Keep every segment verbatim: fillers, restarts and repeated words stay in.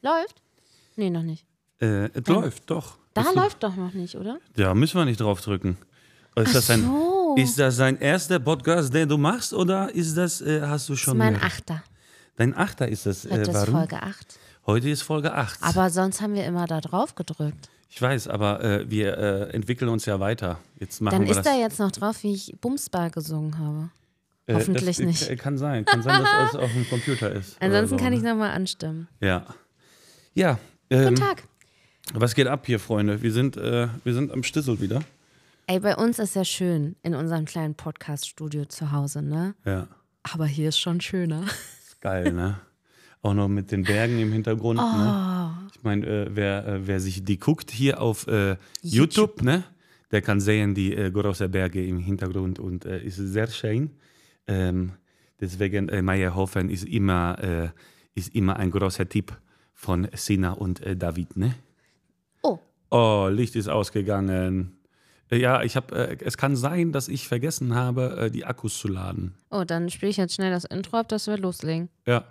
Läuft? Nee, noch nicht. Äh, es Ja. läuft, doch. Da Ist läuft doch noch nicht, oder? Da müssen wir nicht drauf drücken. Ist, Ach das ein, so. ist das ein erster Podcast, den du machst, oder ist das, äh, hast du Das ist schon mein mehrere? Achter. Dein Achter ist das. Äh, Heute ist warum? Folge acht. Heute ist Folge acht. Aber sonst haben wir immer da drauf gedrückt. Ich weiß, aber äh, wir äh, entwickeln uns ja weiter. Jetzt machen Dann wir ist das. da jetzt noch drauf, wie ich Bumsbar gesungen habe. Äh, Hoffentlich das, nicht. Äh, kann sein. Kann sein, dass es auf dem Computer ist. Ansonsten oder so, kann ich ne? nochmal anstimmen. Ja. Ja. Ähm, Guten Tag. Was geht ab hier, Freunde? Wir sind, äh, wir sind am Stissel wieder. Ey, bei uns ist ja schön in unserem kleinen Podcast-Studio zu Hause, ne? Ja. Aber hier ist schon schöner. Ist geil, ne? Auch noch mit den Bergen im Hintergrund. Oh. Ne? Ich meine, äh, wer, äh, wer sich die guckt hier auf äh, YouTube. YouTube, ne? Der kann sehen die äh, großen Berge im Hintergrund und äh, ist sehr schön. Ähm, deswegen, äh, Meierhofen ist immer, äh, ist immer ein großer Tipp von Sina und äh, David, ne? Oh. Oh, Licht ist ausgegangen. Äh, ja, ich habe. Äh, es kann sein, dass ich vergessen habe, äh, die Akkus zu laden. Oh, dann spiele ich jetzt schnell das Intro ab, dass wir loslegen. Ja.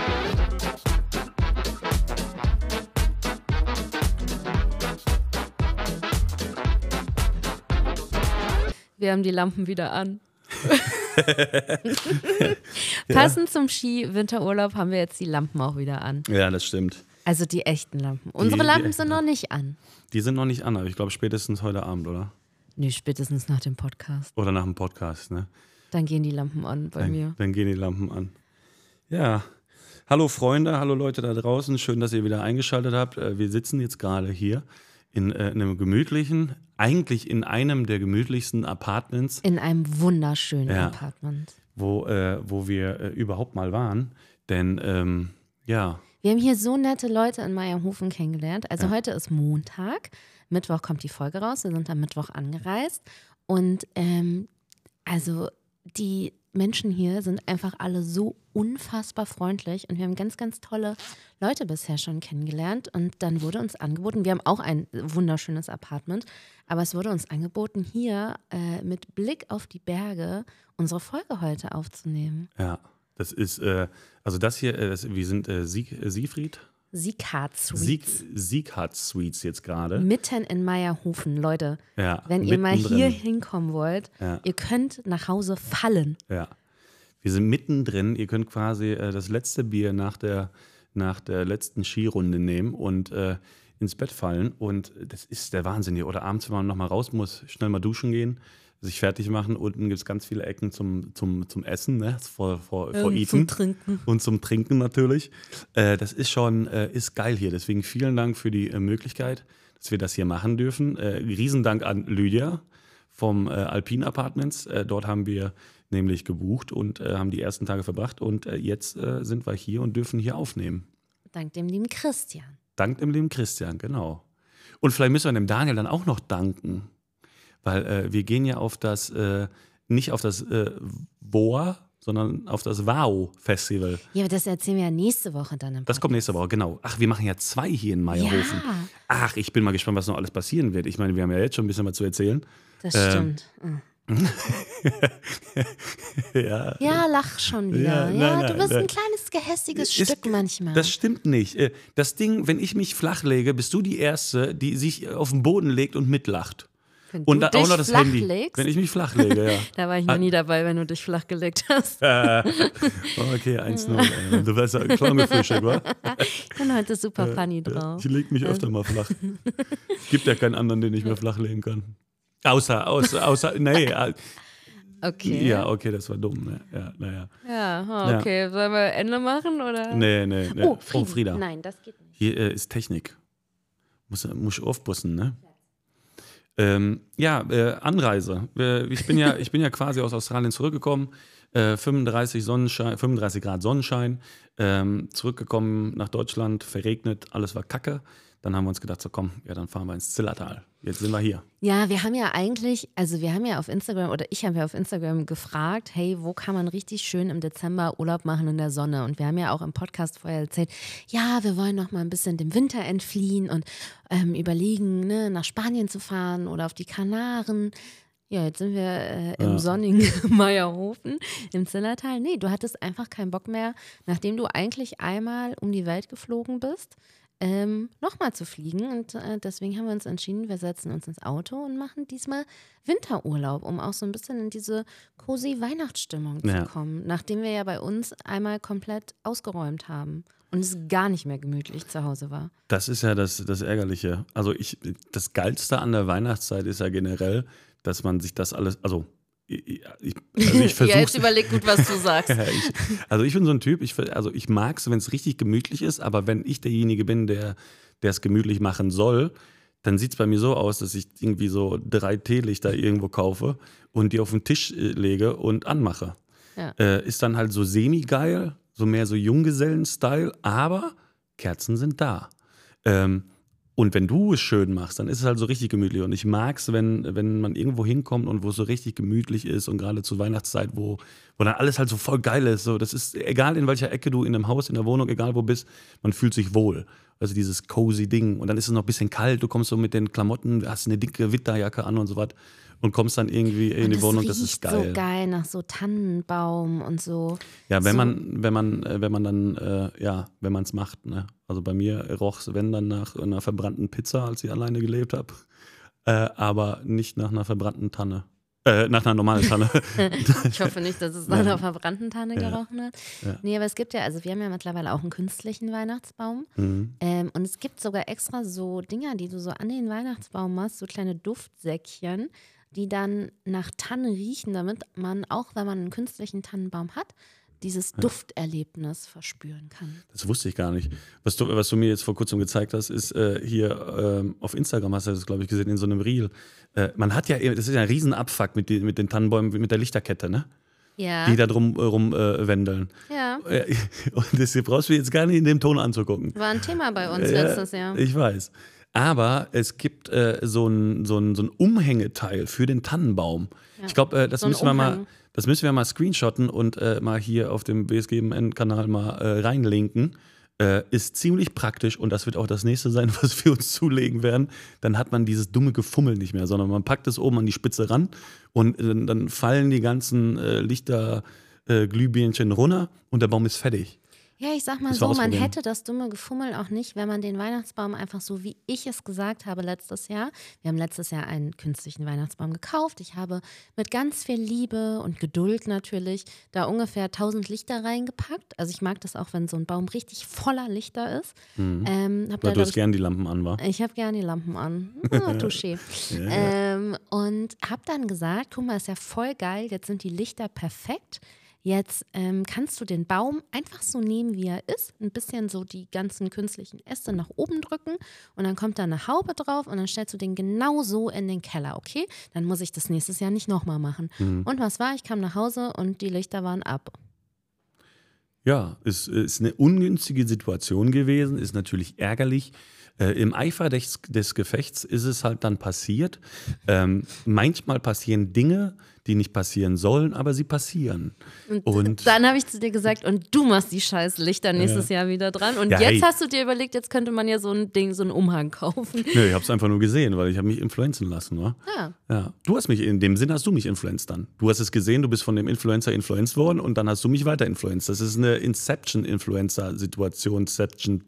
Wir haben die Lampen wieder an. Passend zum Ski-Winterurlaub haben wir jetzt die Lampen auch wieder an. Ja, das stimmt. Also die echten Lampen. Unsere die Lampen echten sind noch nicht an. Die sind noch nicht an, aber ich glaube spätestens heute Abend, oder? Nee, spätestens nach dem Podcast. Oder nach dem Podcast, ne? Dann gehen die Lampen an bei Dann, mir. dann gehen die Lampen an. Ja. Hallo Freunde, hallo Leute da draußen. Schön, dass ihr wieder eingeschaltet habt. Äh, Wir sitzen jetzt gerade hier in äh, einem gemütlichen, eigentlich in einem der gemütlichsten Apartments, In einem wunderschönen Ja. Apartment. wo, äh, wo wir äh, überhaupt mal waren. Denn, ähm, ja, Wir haben hier so nette Leute in Meierhofen kennengelernt. Also heute ist Montag. Mittwoch kommt die Folge raus. Wir sind am Mittwoch angereist. Und ähm, also die Menschen hier sind einfach alle so unfassbar freundlich. Und wir haben ganz, ganz tolle Leute bisher schon kennengelernt. Und dann wurde uns angeboten, wir haben auch ein wunderschönes Apartment, aber es wurde uns angeboten, hier äh, mit Blick auf die Berge unsere Folge heute aufzunehmen. ja. Das ist, äh, also das hier, äh, das, wir sind äh, Sieg, äh, Siegfried? Sieghardt Sieg, Suites. Sieghardt Suites jetzt gerade. Mitten in Meierhofen, Leute. Ja, Wenn ihr mal mittendrin. hier hinkommen wollt, Ja. ihr könnt nach Hause fallen. Ja. Wir sind mittendrin. Ihr könnt quasi äh, das letzte Bier nach der, nach der letzten Skirunde nehmen und äh, ins Bett fallen. Und das ist der Wahnsinn hier. Oder abends, wenn man noch mal raus muss, schnell mal duschen gehen, sich fertig machen. Unten gibt es ganz viele Ecken zum, zum, zum Essen, ne? vor, vor, vor Ähm, Eaten. zum Trinken. Und zum Trinken natürlich. Äh, das ist schon, äh, ist geil hier. Deswegen vielen Dank für die äh, Möglichkeit, dass wir das hier machen dürfen. Äh, Riesendank an Lydia vom äh, Alpine Apartments. Äh, dort haben wir nämlich gebucht und äh, haben die ersten Tage verbracht. Und äh, jetzt äh, sind wir hier und dürfen hier aufnehmen. Dank dem lieben Christian. Dank dem lieben Christian, genau. Und vielleicht müssen wir dem Daniel dann auch noch danken. Weil äh, wir gehen ja auf das, äh, nicht auf das äh, W O A, sondern auf das W A O-Festival. Ja, aber das erzählen wir ja nächste Woche dann im Das kommt nächste Woche, genau. Ach, wir machen ja zwei hier in Meierhofen. Ja. Ach, ich bin mal gespannt, was noch alles passieren wird. Ich meine, wir haben ja jetzt schon ein bisschen was zu erzählen. Das Ähm, stimmt. Mhm. ja. Ja, lach schon wieder. Ja, Ja, nein, du nein, bist nein. ein kleines, gehässiges Ist- Stück manchmal. Das stimmt nicht. Äh, Das Ding, wenn ich mich flach lege, bist du die Erste, die sich auf den Boden legt und mitlacht. Wenn Und du da auch dich noch das flach Handy. legst, Wenn ich mich flach lege, ja. da war ich noch Ah. nie dabei, wenn du dich flach gelegt hast. Okay, eins null. äh, Du wärst ja ein kleiner Fischek, wa? Ich bin heute super funny drauf. Ich leg mich öfter mal flach. Es gibt ja keinen anderen, den ich mir flach legen kann. Außer, außer, außer, nee. äh, Okay. Ja, okay, das war dumm, ne? Ja, naja. Ja, oh, okay. Sollen wir Ende machen, oder? Nee, nee, nee. Oh, Frau Frieden. Frieda. Nein, das geht nicht. Hier äh, ist Technik. Muss, muss ich aufpassen, ne? Ähm, ja, äh, Anreise. Äh, ich, bin ja, ich bin ja quasi aus Australien zurückgekommen. Äh, fünfunddreißig, Sonnenschein, fünfunddreißig Grad Sonnenschein. Ähm, zurückgekommen nach Deutschland, verregnet, alles war kacke. Dann haben wir uns gedacht, so komm, ja, dann fahren wir ins Zillertal. Jetzt sind wir hier. Ja, wir haben ja eigentlich, also wir haben ja auf Instagram oder ich habe ja auf Instagram gefragt, hey, wo kann man richtig schön im Dezember Urlaub machen in der Sonne? Und wir haben ja auch im Podcast vorher erzählt, ja, wir wollen noch mal ein bisschen dem Winter entfliehen und ähm, überlegen, ne, nach Spanien zu fahren oder auf die Kanaren. Ja, jetzt sind wir äh, im Ja. sonnigen Meierhofen im Zillertal. Nee, du hattest einfach keinen Bock mehr, nachdem du eigentlich einmal um die Welt geflogen bist, ähm, nochmal zu fliegen. Und äh, deswegen haben wir uns entschieden, wir setzen uns ins Auto und machen diesmal Winterurlaub, um auch so ein bisschen in diese cozy Weihnachtsstimmung zu Ja. kommen, nachdem wir ja bei uns einmal komplett ausgeräumt haben und es gar nicht mehr gemütlich zu Hause war. Das ist ja das, das Ärgerliche. Also ich, das Geilste an der Weihnachtszeit ist ja generell, dass man sich das alles, also ich, ich, also ich Ja, jetzt versuche überleg gut, was du sagst. Ja, ich, also ich bin so ein Typ, ich, ver- also ich mag es, wenn es richtig gemütlich ist, aber wenn ich derjenige bin, der der es gemütlich machen soll, dann sieht es bei mir so aus, dass ich irgendwie so drei Teelichter irgendwo kaufe und die auf den Tisch äh, lege und anmache. Ja. Äh, ist dann halt so semi-geil, so mehr so Junggesellen-Style, aber Kerzen sind da. Ähm, und wenn du es schön machst, dann ist es halt so richtig gemütlich. Und ich mag es, wenn, wenn man irgendwo hinkommt und wo es so richtig gemütlich ist und gerade zur Weihnachtszeit, wo, wo dann alles halt so voll geil ist. So, das ist egal, in welcher Ecke du in einem Haus, in der Wohnung, egal wo bist, man fühlt sich wohl. Also dieses cozy Ding. Und dann ist es noch ein bisschen kalt, du kommst so mit den Klamotten, hast eine dicke Winterjacke an und so was und kommst dann irgendwie in Und die es Wohnung, das ist riecht geil. so geil nach so Tannenbaum und so. Ja, wenn so, man, wenn man, äh, wenn man dann, äh, ja, wenn man es macht, ne? Also bei mir roch es, wenn dann nach einer verbrannten Pizza, als ich alleine gelebt habe, äh, aber nicht nach einer verbrannten Tanne. Äh, nach einer normalen Tanne. Ich hoffe nicht, dass es nach einer verbrannten Tanne Ja. gerochen hat. Ja. Nee, aber es gibt ja, also wir haben ja mittlerweile auch einen künstlichen Weihnachtsbaum. Mhm. Ähm, und es gibt sogar extra so Dinger, die du so an den Weihnachtsbaum machst, so kleine Duftsäckchen, die dann nach Tanne riechen, damit man, auch wenn man einen künstlichen Tannenbaum hat, dieses Dufterlebnis verspüren kann. Das wusste ich gar nicht. Was du, was du mir jetzt vor kurzem gezeigt hast, ist äh, hier ähm, auf Instagram, hast du das, glaube ich, gesehen, in so einem Reel. Äh, man hat ja, das ist ja ein Riesenabfuck mit, die, mit den Tannenbäumen, mit der Lichterkette, ne? Ja. Die da drum rum äh, wendeln. Ja. Äh, Und das brauchst du jetzt gar nicht in dem Ton anzugucken. War ein Thema bei uns Ja, letztes Jahr. Ich weiß. Aber es gibt äh, so ein, so, ein, so ein Umhängeteil für den Tannenbaum. Ich glaube, äh, das, So ein müssen wir mal- Umhang. das müssen wir mal screenshotten und äh, mal hier auf dem B S G M N-Kanal mal äh, reinlinken. Äh, ist ziemlich praktisch und das wird auch das nächste sein, was wir uns zulegen werden. Dann hat man dieses dumme Gefummel nicht mehr, sondern man packt es oben an die Spitze ran und äh, dann fallen die ganzen äh, Lichter, äh, Glühbirnchen runter und der Baum ist fertig. Ja, ich sag mal Müssen wir so, man ausprobieren. hätte das dumme Gefummel auch nicht, wenn man den Weihnachtsbaum einfach so, wie ich es gesagt habe letztes Jahr. Wir haben letztes Jahr einen künstlichen Weihnachtsbaum gekauft. Ich habe mit ganz viel Liebe und Geduld natürlich da ungefähr tausend Lichter reingepackt. Also ich mag das auch, wenn so ein Baum richtig voller Lichter ist. Mhm. Ähm, hab da, Weil du glaub hast gern die Lampen an, war. ich habe gerne die Lampen an. Ah, touché. ähm, und habe dann gesagt, guck mal, ist ja voll geil, jetzt sind die Lichter perfekt. Jetzt ähm, kannst du den Baum einfach so nehmen, wie er ist, ein bisschen so die ganzen künstlichen Äste nach oben drücken und dann kommt da eine Haube drauf und dann stellst du den genau so in den Keller, okay? Dann muss ich das nächstes Jahr nicht nochmal machen. Und was war? Ich kam nach Hause und die Lichter waren ab. Ja, es ist eine ungünstige Situation gewesen, ist natürlich ärgerlich. Äh, Im Eifer des, des Gefechts ist es halt dann passiert. Ähm, manchmal passieren Dinge, die nicht passieren sollen, aber sie passieren. Und, Und- dann habe ich zu dir gesagt, und du machst die scheiß Lichter nächstes Jahr wieder dran. Und Ja, jetzt hey. hast du dir überlegt, jetzt könnte man ja so ein Ding, so einen Umhang kaufen. Nö, ich habe es einfach nur gesehen, weil ich habe mich influenzen lassen, wa? Ja. Ja. Du hast mich, in dem Sinn hast du mich influenced dann. Du hast es gesehen, du bist von dem Influencer influenced worden und dann hast du mich weiter influenced. Das ist eine Inception-Influencer-Situation. Inception.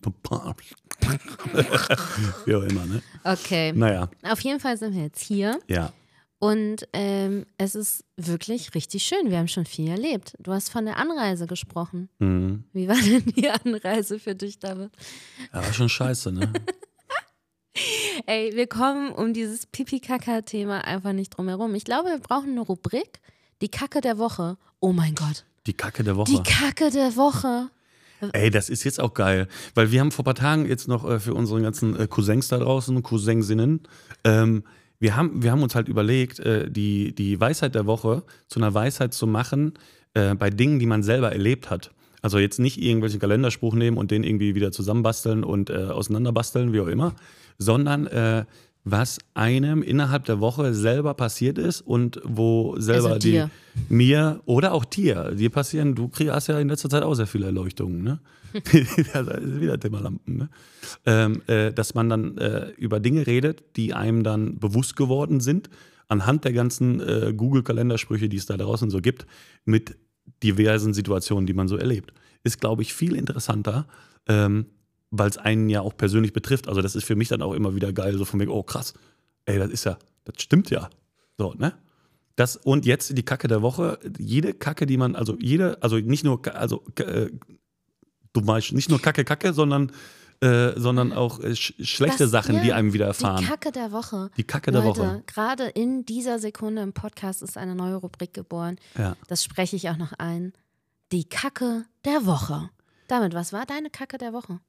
Wie auch immer, ne? Okay. Naja, Auf jeden Fall sind wir jetzt hier. ja. Und ähm, es ist wirklich richtig schön. Wir haben schon viel erlebt. Du hast von der Anreise gesprochen. Mhm. Wie war denn die Anreise für dich, David? Ja, war schon scheiße, ne? Ey, wir kommen um dieses Pipi-Kaka-Thema einfach nicht drum herum. Ich glaube, wir brauchen eine Rubrik. Die Kacke der Woche. Oh mein Gott. Die Kacke der Woche. Die Kacke der Woche. Ey, das ist jetzt auch geil, weil wir haben vor ein paar Tagen jetzt noch äh, für unsere ganzen äh, Cousins da draußen, Cousinsinnen, ähm, wir haben, wir haben uns halt überlegt, äh, die, die Weisheit der Woche zu einer Weisheit zu machen äh, bei Dingen, die man selber erlebt hat. Also jetzt nicht irgendwelchen Kalenderspruch nehmen und den irgendwie wieder zusammenbasteln und äh, auseinanderbasteln, wie auch immer, sondern äh, was einem innerhalb der Woche selber passiert ist und wo selber Also dir. die mir oder auch dir, dir passieren, du krieg, hast ja in letzter Zeit auch sehr viele Erleuchtungen, ne? Ja, das ist wieder Thema Lampen, ne? Ähm, äh, dass man dann äh, über Dinge redet, die einem dann bewusst geworden sind, anhand der ganzen äh, Google-Kalendersprüche, die es da draußen so gibt, mit diversen Situationen, die man so erlebt. Ist, glaube ich, viel interessanter, ähm, weil es einen ja auch persönlich betrifft. Also das ist für mich dann auch immer wieder geil, so von wegen, oh krass, ey, das ist ja, das stimmt ja. So, ne? Das, und jetzt die Kacke der Woche. Jede Kacke, die man, also jede, also nicht nur, also äh, du meinst nicht nur Kacke, Kacke, sondern, äh, sondern auch äh, sch schlechte Das, Sachen, ja, die einem widerfahren. Die Kacke der Woche. Die Kacke der Leute, Woche. Gerade in dieser Sekunde im Podcast ist eine neue Rubrik geboren. Ja. Das spreche ich auch noch ein. Die Kacke der Woche. Damit, was war deine Kacke der Woche?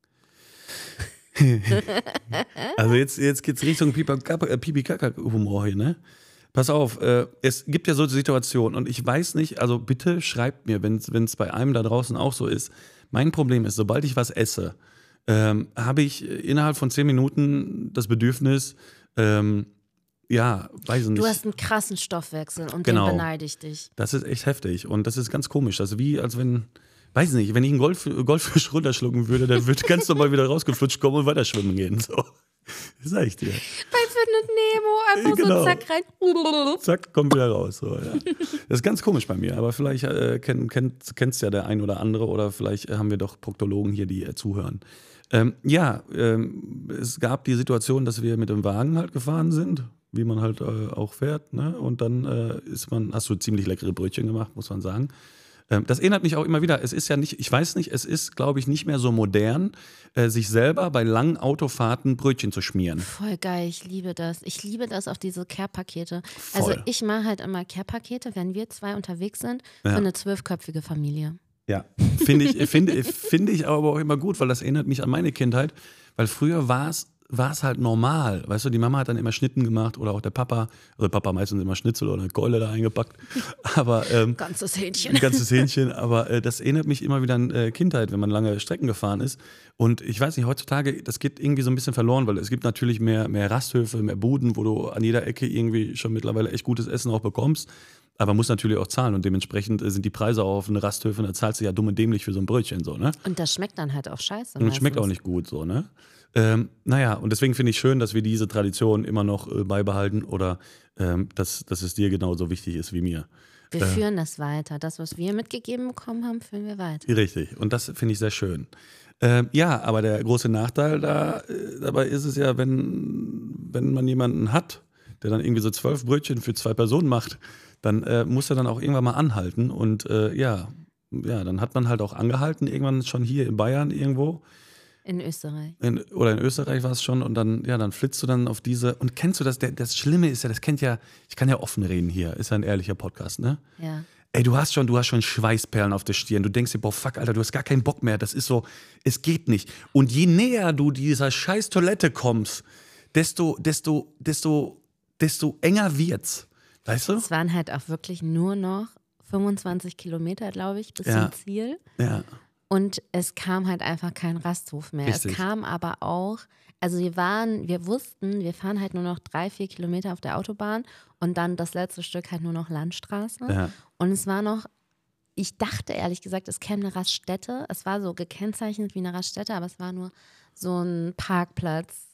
Also jetzt, jetzt geht es Richtung Pipi-Kaka-Humor hier, ne? Pass auf, äh, es gibt ja so Situationen und ich weiß nicht, also bitte schreibt mir, wenn es bei einem da draußen auch so ist. Mein Problem ist, sobald ich was esse, ähm, habe ich innerhalb von zehn Minuten das Bedürfnis, ähm, ja, weiß ich nicht. Du hast einen krassen Stoffwechsel und Genau. den beneide ich dich. Das ist echt heftig und das ist ganz komisch. Das ist wie, als wenn, weiß nicht, wenn ich einen Golf, Goldfisch runterschlucken würde, der würde ganz normal wieder rausgeflutscht kommen und weiter schwimmen gehen. So. Das sag ich dir. Bei Findet Nemo einfach Genau. so zack rein. Zack, kommt wieder raus. So, ja. Das ist ganz komisch bei mir, aber vielleicht äh, kennt, kennt, kennst ja der ein oder andere oder vielleicht äh, haben wir doch Proktologen hier, die äh, zuhören. Ähm, ja, ähm, es gab die Situation, dass wir mit dem Wagen halt gefahren sind, wie man halt äh, auch fährt, ne? Und dann äh, ist man, hast du ziemlich leckere Brötchen gemacht, muss man sagen. Ähm, das erinnert mich auch immer wieder, es ist ja nicht, ich weiß nicht, es ist, glaube ich, nicht mehr so modern, äh, sich selber bei langen Autofahrten Brötchen zu schmieren. Voll geil, ich liebe das. Ich liebe das auf diese Care-Pakete. Voll. Also ich mache halt immer Care-Pakete, wenn wir zwei unterwegs sind, Ja. für eine zwölfköpfige Familie. Ja, finde ich, finde, finde ich aber auch immer gut, weil das erinnert mich an meine Kindheit, weil früher war es war es halt normal, weißt du, die Mama hat dann immer Schnitten gemacht oder auch der Papa, also Papa meistens immer Schnitzel oder eine Keule da eingepackt, aber ähm, Ganzes Hähnchen. ein ganzes Hähnchen, aber äh, das erinnert mich immer wieder an äh, Kindheit, wenn man lange Strecken gefahren ist und ich weiß nicht, heutzutage, das geht irgendwie so ein bisschen verloren, weil es gibt natürlich mehr, mehr Rasthöfe, mehr Buden, wo du an jeder Ecke irgendwie schon mittlerweile echt gutes Essen auch bekommst. Aber muss natürlich auch zahlen und dementsprechend äh, sind die Preise auch auf eine Rasthöfe, da zahlst du ja dumm und dämlich für so ein Brötchen, so, ne? Und das schmeckt dann halt auch scheiße. Und schmeckt auch nicht gut, so, ne? Ähm, naja, und deswegen finde ich schön, dass wir diese Tradition immer noch äh, beibehalten oder ähm, dass, dass es dir genauso wichtig ist wie mir. Wir Äh. führen das weiter. Das, was wir mitgegeben bekommen haben, führen wir weiter. Richtig, und das finde ich sehr schön. Ähm, ja, aber der große Nachteil da, äh, dabei ist es ja, wenn, wenn man jemanden hat, der dann irgendwie so zwölf Brötchen für zwei Personen macht, dann äh, muss er dann auch irgendwann mal anhalten. Und äh, ja, ja, dann hat man halt auch angehalten, irgendwann schon hier in Bayern irgendwo. In Österreich. In, oder in Österreich war es schon. Und dann, ja, dann flitzt du dann auf diese. Und kennst du das? Der, das Schlimme ist ja, das kennt ja, ich kann ja offen reden hier, ist ja ein ehrlicher Podcast, ne? Ja. Ey, du hast schon, du hast schon Schweißperlen auf der Stirn. Du denkst dir, boah, fuck, Alter, du hast gar keinen Bock mehr. Das ist so, es geht nicht. Und je näher du dieser scheiß Toilette kommst, desto, desto, desto, desto enger wird's. Weißt du? Es waren halt auch wirklich nur noch fünfundzwanzig Kilometer, glaube ich, bis Ja. zum Ziel. Ja. Und es kam halt einfach kein Rasthof mehr. Richtig. Es kam aber auch, also wir waren, wir wussten, wir fahren halt nur noch drei, vier Kilometer auf der Autobahn und dann das letzte Stück halt nur noch Landstraße. Ja. Und es war noch, ich dachte ehrlich gesagt, es käme eine Raststätte. Es war so gekennzeichnet wie eine Raststätte, aber es war nur so ein Parkplatz.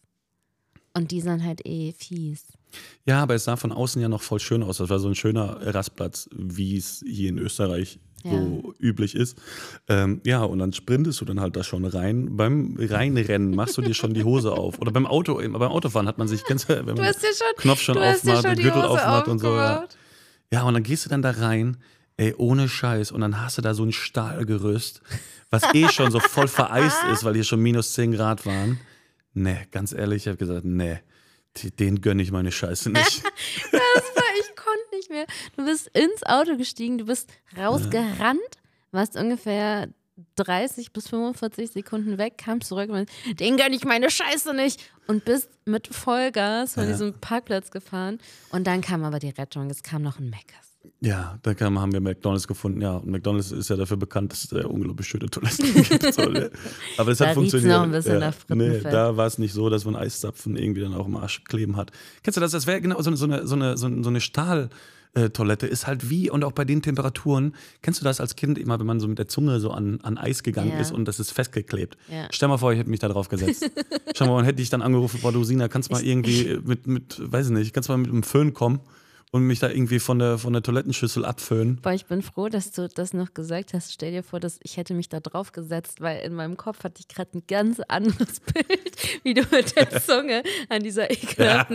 Und die sind halt eh fies. Ja, aber es sah von außen ja noch voll schön aus. Das war so ein schöner Rastplatz, wie es hier in Österreich so üblich ist. Ähm, ja, und dann sprintest du dann halt da schon rein. Beim Reinrennen machst du dir schon die Hose auf. Oder beim Auto, beim Autofahren hat man sich, kennst du, wenn man Du hast dir schon, Knopf schon du hast dir aufmacht, schon den die Gürtel Hose aufmacht und so. Ja. aufgemacht. ja, und dann gehst du dann da rein, ey, ohne Scheiß. Und dann hast du da so ein Stahlgerüst, was eh schon so voll vereist ist, weil hier schon minus zehn Grad waren. Nee, ganz ehrlich, ich habe gesagt, nee, den gönne ich meine Scheiße nicht. Das war, ich konnte nicht mehr. Du bist ins Auto gestiegen, du bist rausgerannt, warst ungefähr dreißig bis fünfundvierzig Sekunden weg, kamst zurück und meinst, den gönne ich meine Scheiße nicht und bist mit Vollgas von Ja. diesem Parkplatz gefahren. Und dann kam aber die Rettung, es kam noch ein Meckers. Ja, da kam, haben wir McDonald's gefunden. Ja, und McDonald's ist ja dafür bekannt, dass es da unglaublich schöne Toiletten gibt. So, ne? Aber es Da hat riecht's funktioniert. noch ein bisschen ja. nach Frittenfett. Nee, da war es nicht so, dass man Eiszapfen irgendwie dann auch im Arsch kleben hat. Kennst du das? Das wäre genau so eine, so eine, so eine, so eine Stahl, äh, Toilette ist halt wie, und auch bei den Temperaturen, kennst du das als Kind immer, wenn man so mit der Zunge so an, an Eis gegangen Ja. ist und das ist festgeklebt? Ja. Stell mal vor, ich hätte mich da drauf gesetzt. Stell mal, und hätte ich dann angerufen, Frau Dosina, kannst du mal irgendwie mit, mit, weiß ich nicht, kannst du mal mit einem Föhn kommen und mich da irgendwie von der, von der Toilettenschüssel abföhnen? Boah, ich bin froh, dass du das noch gesagt hast. Stell dir vor, dass ich hätte mich da drauf gesetzt, weil in meinem Kopf hatte ich gerade ein ganz anderes Bild, wie du mit der Zunge an dieser ekelhaften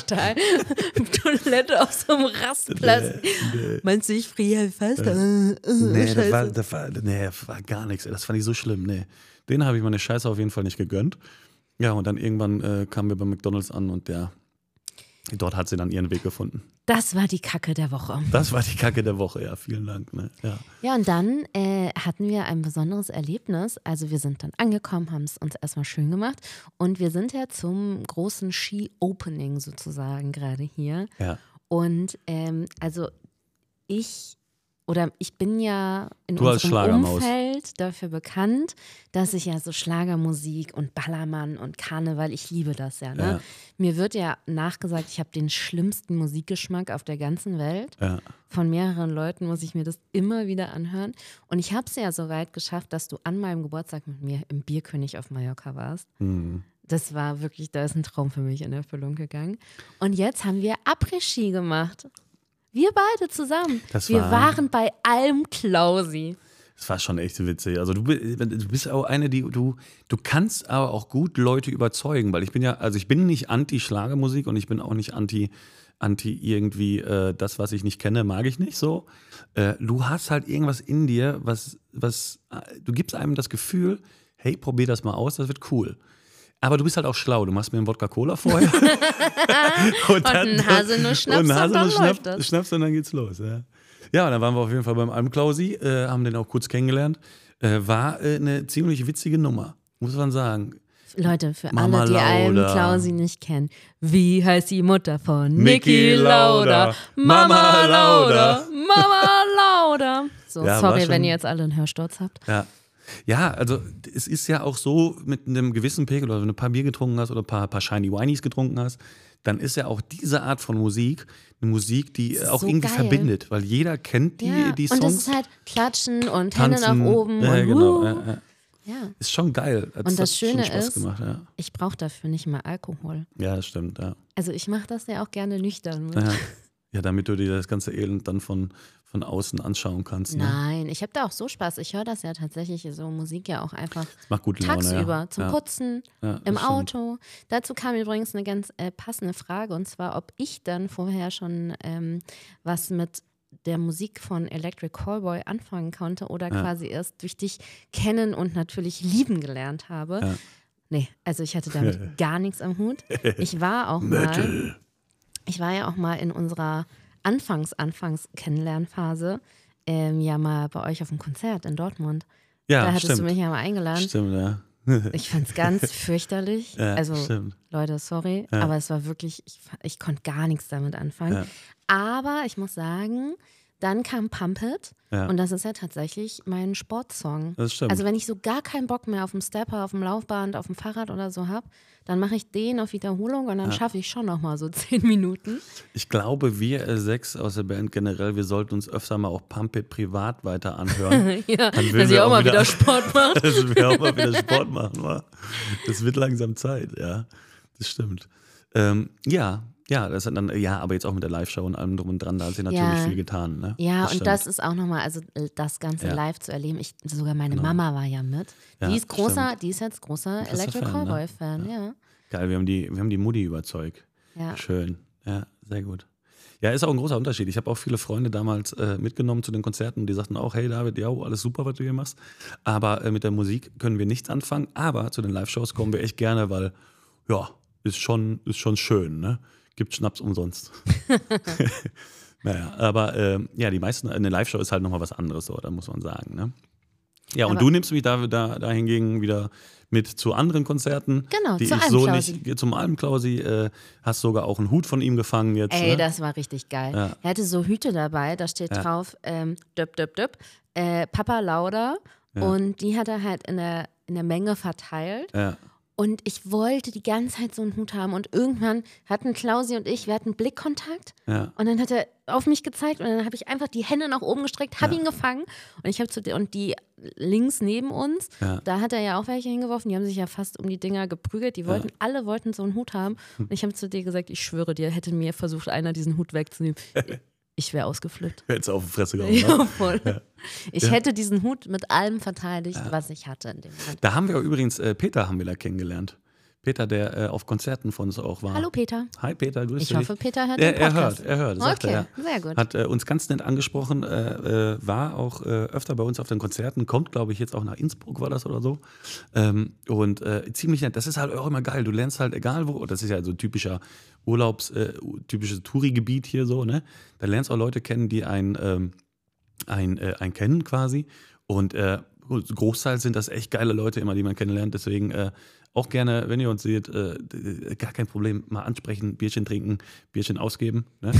Edelstahl-Toilette auf so einem Rastplatz. Nee, nee. Meinst du, ich friere fast? Äh, Nee, das Scheiße. war, das, war, nee, das war gar nichts. Das fand ich so schlimm. Nee. Den habe ich meine Scheiße auf jeden Fall nicht gegönnt. Ja, und dann irgendwann äh, kamen wir bei McDonalds an und der, dort hat sie dann ihren Weg gefunden. Das war die Kacke der Woche. Das war die Kacke der Woche, ja. Vielen Dank. Ne? Ja. Ja, und dann äh, hatten wir ein besonderes Erlebnis. Also wir sind dann angekommen, haben es uns erstmal schön gemacht und wir sind ja zum großen Ski-Opening sozusagen gerade hier. Ja. Und ähm, also ich oder ich bin ja in Du als unserem Schlagermaus. Umfeld dafür bekannt, dass ich ja so Schlagermusik und Ballermann und Karneval, ich liebe das ja. Ne? Ja. Mir wird ja nachgesagt, ich habe den schlimmsten Musikgeschmack auf der ganzen Welt. Ja. Von mehreren Leuten muss ich mir das immer wieder anhören. Und ich habe es ja so weit geschafft, dass du an meinem Geburtstag mit mir im Bierkönig auf Mallorca warst. Mhm. Das war wirklich, da ist ein Traum für mich in Erfüllung gegangen. Und jetzt haben wir Après-Ski gemacht. Wir beide zusammen. Das wir war- waren bei Alm Klausi. Das war schon echt witzig. Also du, bi- du bist auch eine, die du, du kannst aber auch gut Leute überzeugen, weil ich bin ja, also ich bin nicht anti-Schlagermusik und ich bin auch nicht anti, anti irgendwie äh, das, was ich nicht kenne, mag ich nicht so. Äh, du hast halt irgendwas in dir, was, was, äh, du gibst einem das Gefühl, hey, probier das mal aus, das wird cool. Aber du bist halt auch schlau. Du machst mir einen Wodka-Cola vorher. und einen Haselnuss-Schnaps und einen und dann Haselnuss-Schnaps läuft das. Schnaps und dann geht's los. Ja, ja, und dann waren wir auf jeden Fall beim Almklausi, äh, haben den auch kurz kennengelernt. Äh, war äh, eine ziemlich witzige Nummer, muss man sagen. Leute, für Mama alle, die Alm Lauda. Klausi nicht kennen. Wie heißt die Mutter von Niki Niki Lauda? Lauda. Mama Mama Lauda. Lauda. Mama Lauda. So, Ja, war sorry, schon- wenn ihr jetzt alle einen Hörsturz habt. Ja. Ja, also es ist ja auch so mit einem gewissen Pegel, oder wenn du ein paar Bier getrunken hast oder ein paar, paar Shiny Whinies getrunken hast, dann ist ja auch diese Art von Musik eine Musik, die Das ist auch so irgendwie geil. verbindet, weil jeder kennt die, Ja. die Und Songs. das ist halt Klatschen und Hände Tanzen. nach oben. Ja, und genau. uh. Ja, ja. Ja. Ist schon geil. Das Und das hat schon Schöne Spaß ist- gemacht, ja. Ich brauche dafür nicht mal Alkohol. Ja, das stimmt, ja. Also ich mache das ja auch gerne nüchtern mit. Ja, ja, damit du dir das ganze Elend dann von, von außen anschauen kannst. Ne? Nein, ich habe da auch so Spaß. Ich höre das ja tatsächlich, so Musik ja auch einfach Das macht gute Laune, tagsüber ja. zum ja. Putzen, Ja, das im stimmt. Auto. Dazu kam übrigens eine ganz äh, passende Frage, und zwar, ob ich dann vorher schon ähm, was mit der Musik von Electric Callboy anfangen konnte oder Ja. quasi erst durch dich kennen und natürlich lieben gelernt habe. Ja. Nee, also ich hatte damit gar nichts am Hut. Ich war auch mal, ich war ja auch mal in unserer Anfangs-Anfangs-Kennenlernphase ähm, ja mal bei euch auf dem Konzert in Dortmund. Ja, Da hattest stimmt. du mich ja mal eingeladen. Stimmt, ja. Ich fand es ganz fürchterlich. Ja, also, stimmt. Leute, sorry, Ja. aber es war wirklich, ich, fa- ich konnte gar nichts damit anfangen. Ja. Aber ich muss sagen, dann kam Pump It Ja. und das ist ja tatsächlich mein Sportsong. Das stimmt. Also wenn ich so gar keinen Bock mehr auf dem Stepper, auf dem Laufband, auf dem Fahrrad oder so habe, dann mache ich den auf Wiederholung und dann schaffe ich schon noch mal so zehn Minuten. Ich glaube, wir äh, sechs aus der Band generell, wir sollten uns öfter mal auch Pump It privat weiter anhören. Ja, Dann würden dass wir ihr auch auch mal wieder- wieder Sport macht. Dass wir auch mal wieder Sport machen. Wa? Das wird langsam Zeit, ja. Das stimmt. Ähm, ja, ja, das hat dann, ja, aber jetzt auch mit der Live-Show und allem drum und dran, da hat sich natürlich Ja. viel getan. Ne? Ja, und stimmt. das ist auch nochmal, also äh, das Ganze Ja. live zu erleben. Ich, sogar meine Mama war ja mit. Ja, die ist großer, stimmt. die ist jetzt großer Großer Electric Fan, ne? Callboy-Fan, ja. Geil, wir haben die, wir haben die Mutti überzeugt. Ja. Schön, ja, sehr gut. Ja, ist auch ein großer Unterschied. Ich habe auch viele Freunde damals äh, mitgenommen zu den Konzerten, die sagten auch, hey David, ja, alles super, was du hier machst. Aber äh, mit der Musik können wir nichts anfangen. Aber zu den Live-Shows kommen wir echt gerne, weil, ja, ist schon, ist schon schön, ne? Gibt Schnaps umsonst. Naja, aber äh, ja, die meisten, eine Live-Show ist halt nochmal was anderes, so, da muss man sagen, ne? Ja, und Aber- du nimmst mich da, da, da hingegen wieder mit zu anderen Konzerten, Genau, die zu ich so Almklausi. nicht, zum Almklausi, äh, hast sogar auch einen Hut von ihm gefangen jetzt. Ey, ne? das war richtig geil. Ja. Er hatte so Hüte dabei, da steht Ja. drauf, ähm, döp, döp, döp, äh, Papa Lauda. Ja. Und die hat er halt in der, in der Menge verteilt. Ja, Und ich wollte die ganze Zeit so einen Hut haben. Und irgendwann hatten Klausi und ich, wir hatten Blickkontakt. Ja. Und dann hat er auf mich gezeigt und dann habe ich einfach die Hände nach oben gestreckt, habe Ja. ihn gefangen. Und ich habe zu der, und die links neben uns, Ja. da hat er ja auch welche hingeworfen, die haben sich ja fast um die Dinger geprügelt. Die wollten, Ja. alle wollten so einen Hut haben. Und ich habe zu dir gesagt, ich schwöre dir, hätte mir versucht, einer diesen Hut wegzunehmen. Ich wäre ausgeflippt. Jetzt auf die Fresse gehauen. Ja, Ne? voll. Ja. Ich Ja. hätte diesen Hut mit allem verteidigt, was ich hatte in dem Moment. Da haben wir übrigens, äh, Peter haben wir da kennengelernt. Peter, der äh, auf Konzerten von uns auch war. Hallo Peter. Hi Peter, grüß Ich dich. hoffe, Peter hört er, den er Podcast. hört, er hört, sagt Okay, er. sehr gut. Hat äh, uns ganz nett angesprochen, äh, äh, war auch äh, öfter bei uns auf den Konzerten, kommt, glaube ich, jetzt auch nach Innsbruck, war das oder so. Ähm, und äh, ziemlich nett. Das ist halt auch immer geil. Du lernst halt, egal wo, das ist ja so ein typischer Urlaubs-, äh, typisches Touri-Gebiet hier so, ne? Da lernst du auch Leute kennen, die einen ähm, ein, äh, ein kennen quasi. Und äh, Großteil sind das echt geile Leute immer, die man kennenlernt. Deswegen äh, auch gerne, wenn ihr uns seht, äh, gar kein Problem, mal ansprechen, Bierchen trinken, Bierchen ausgeben. Ne?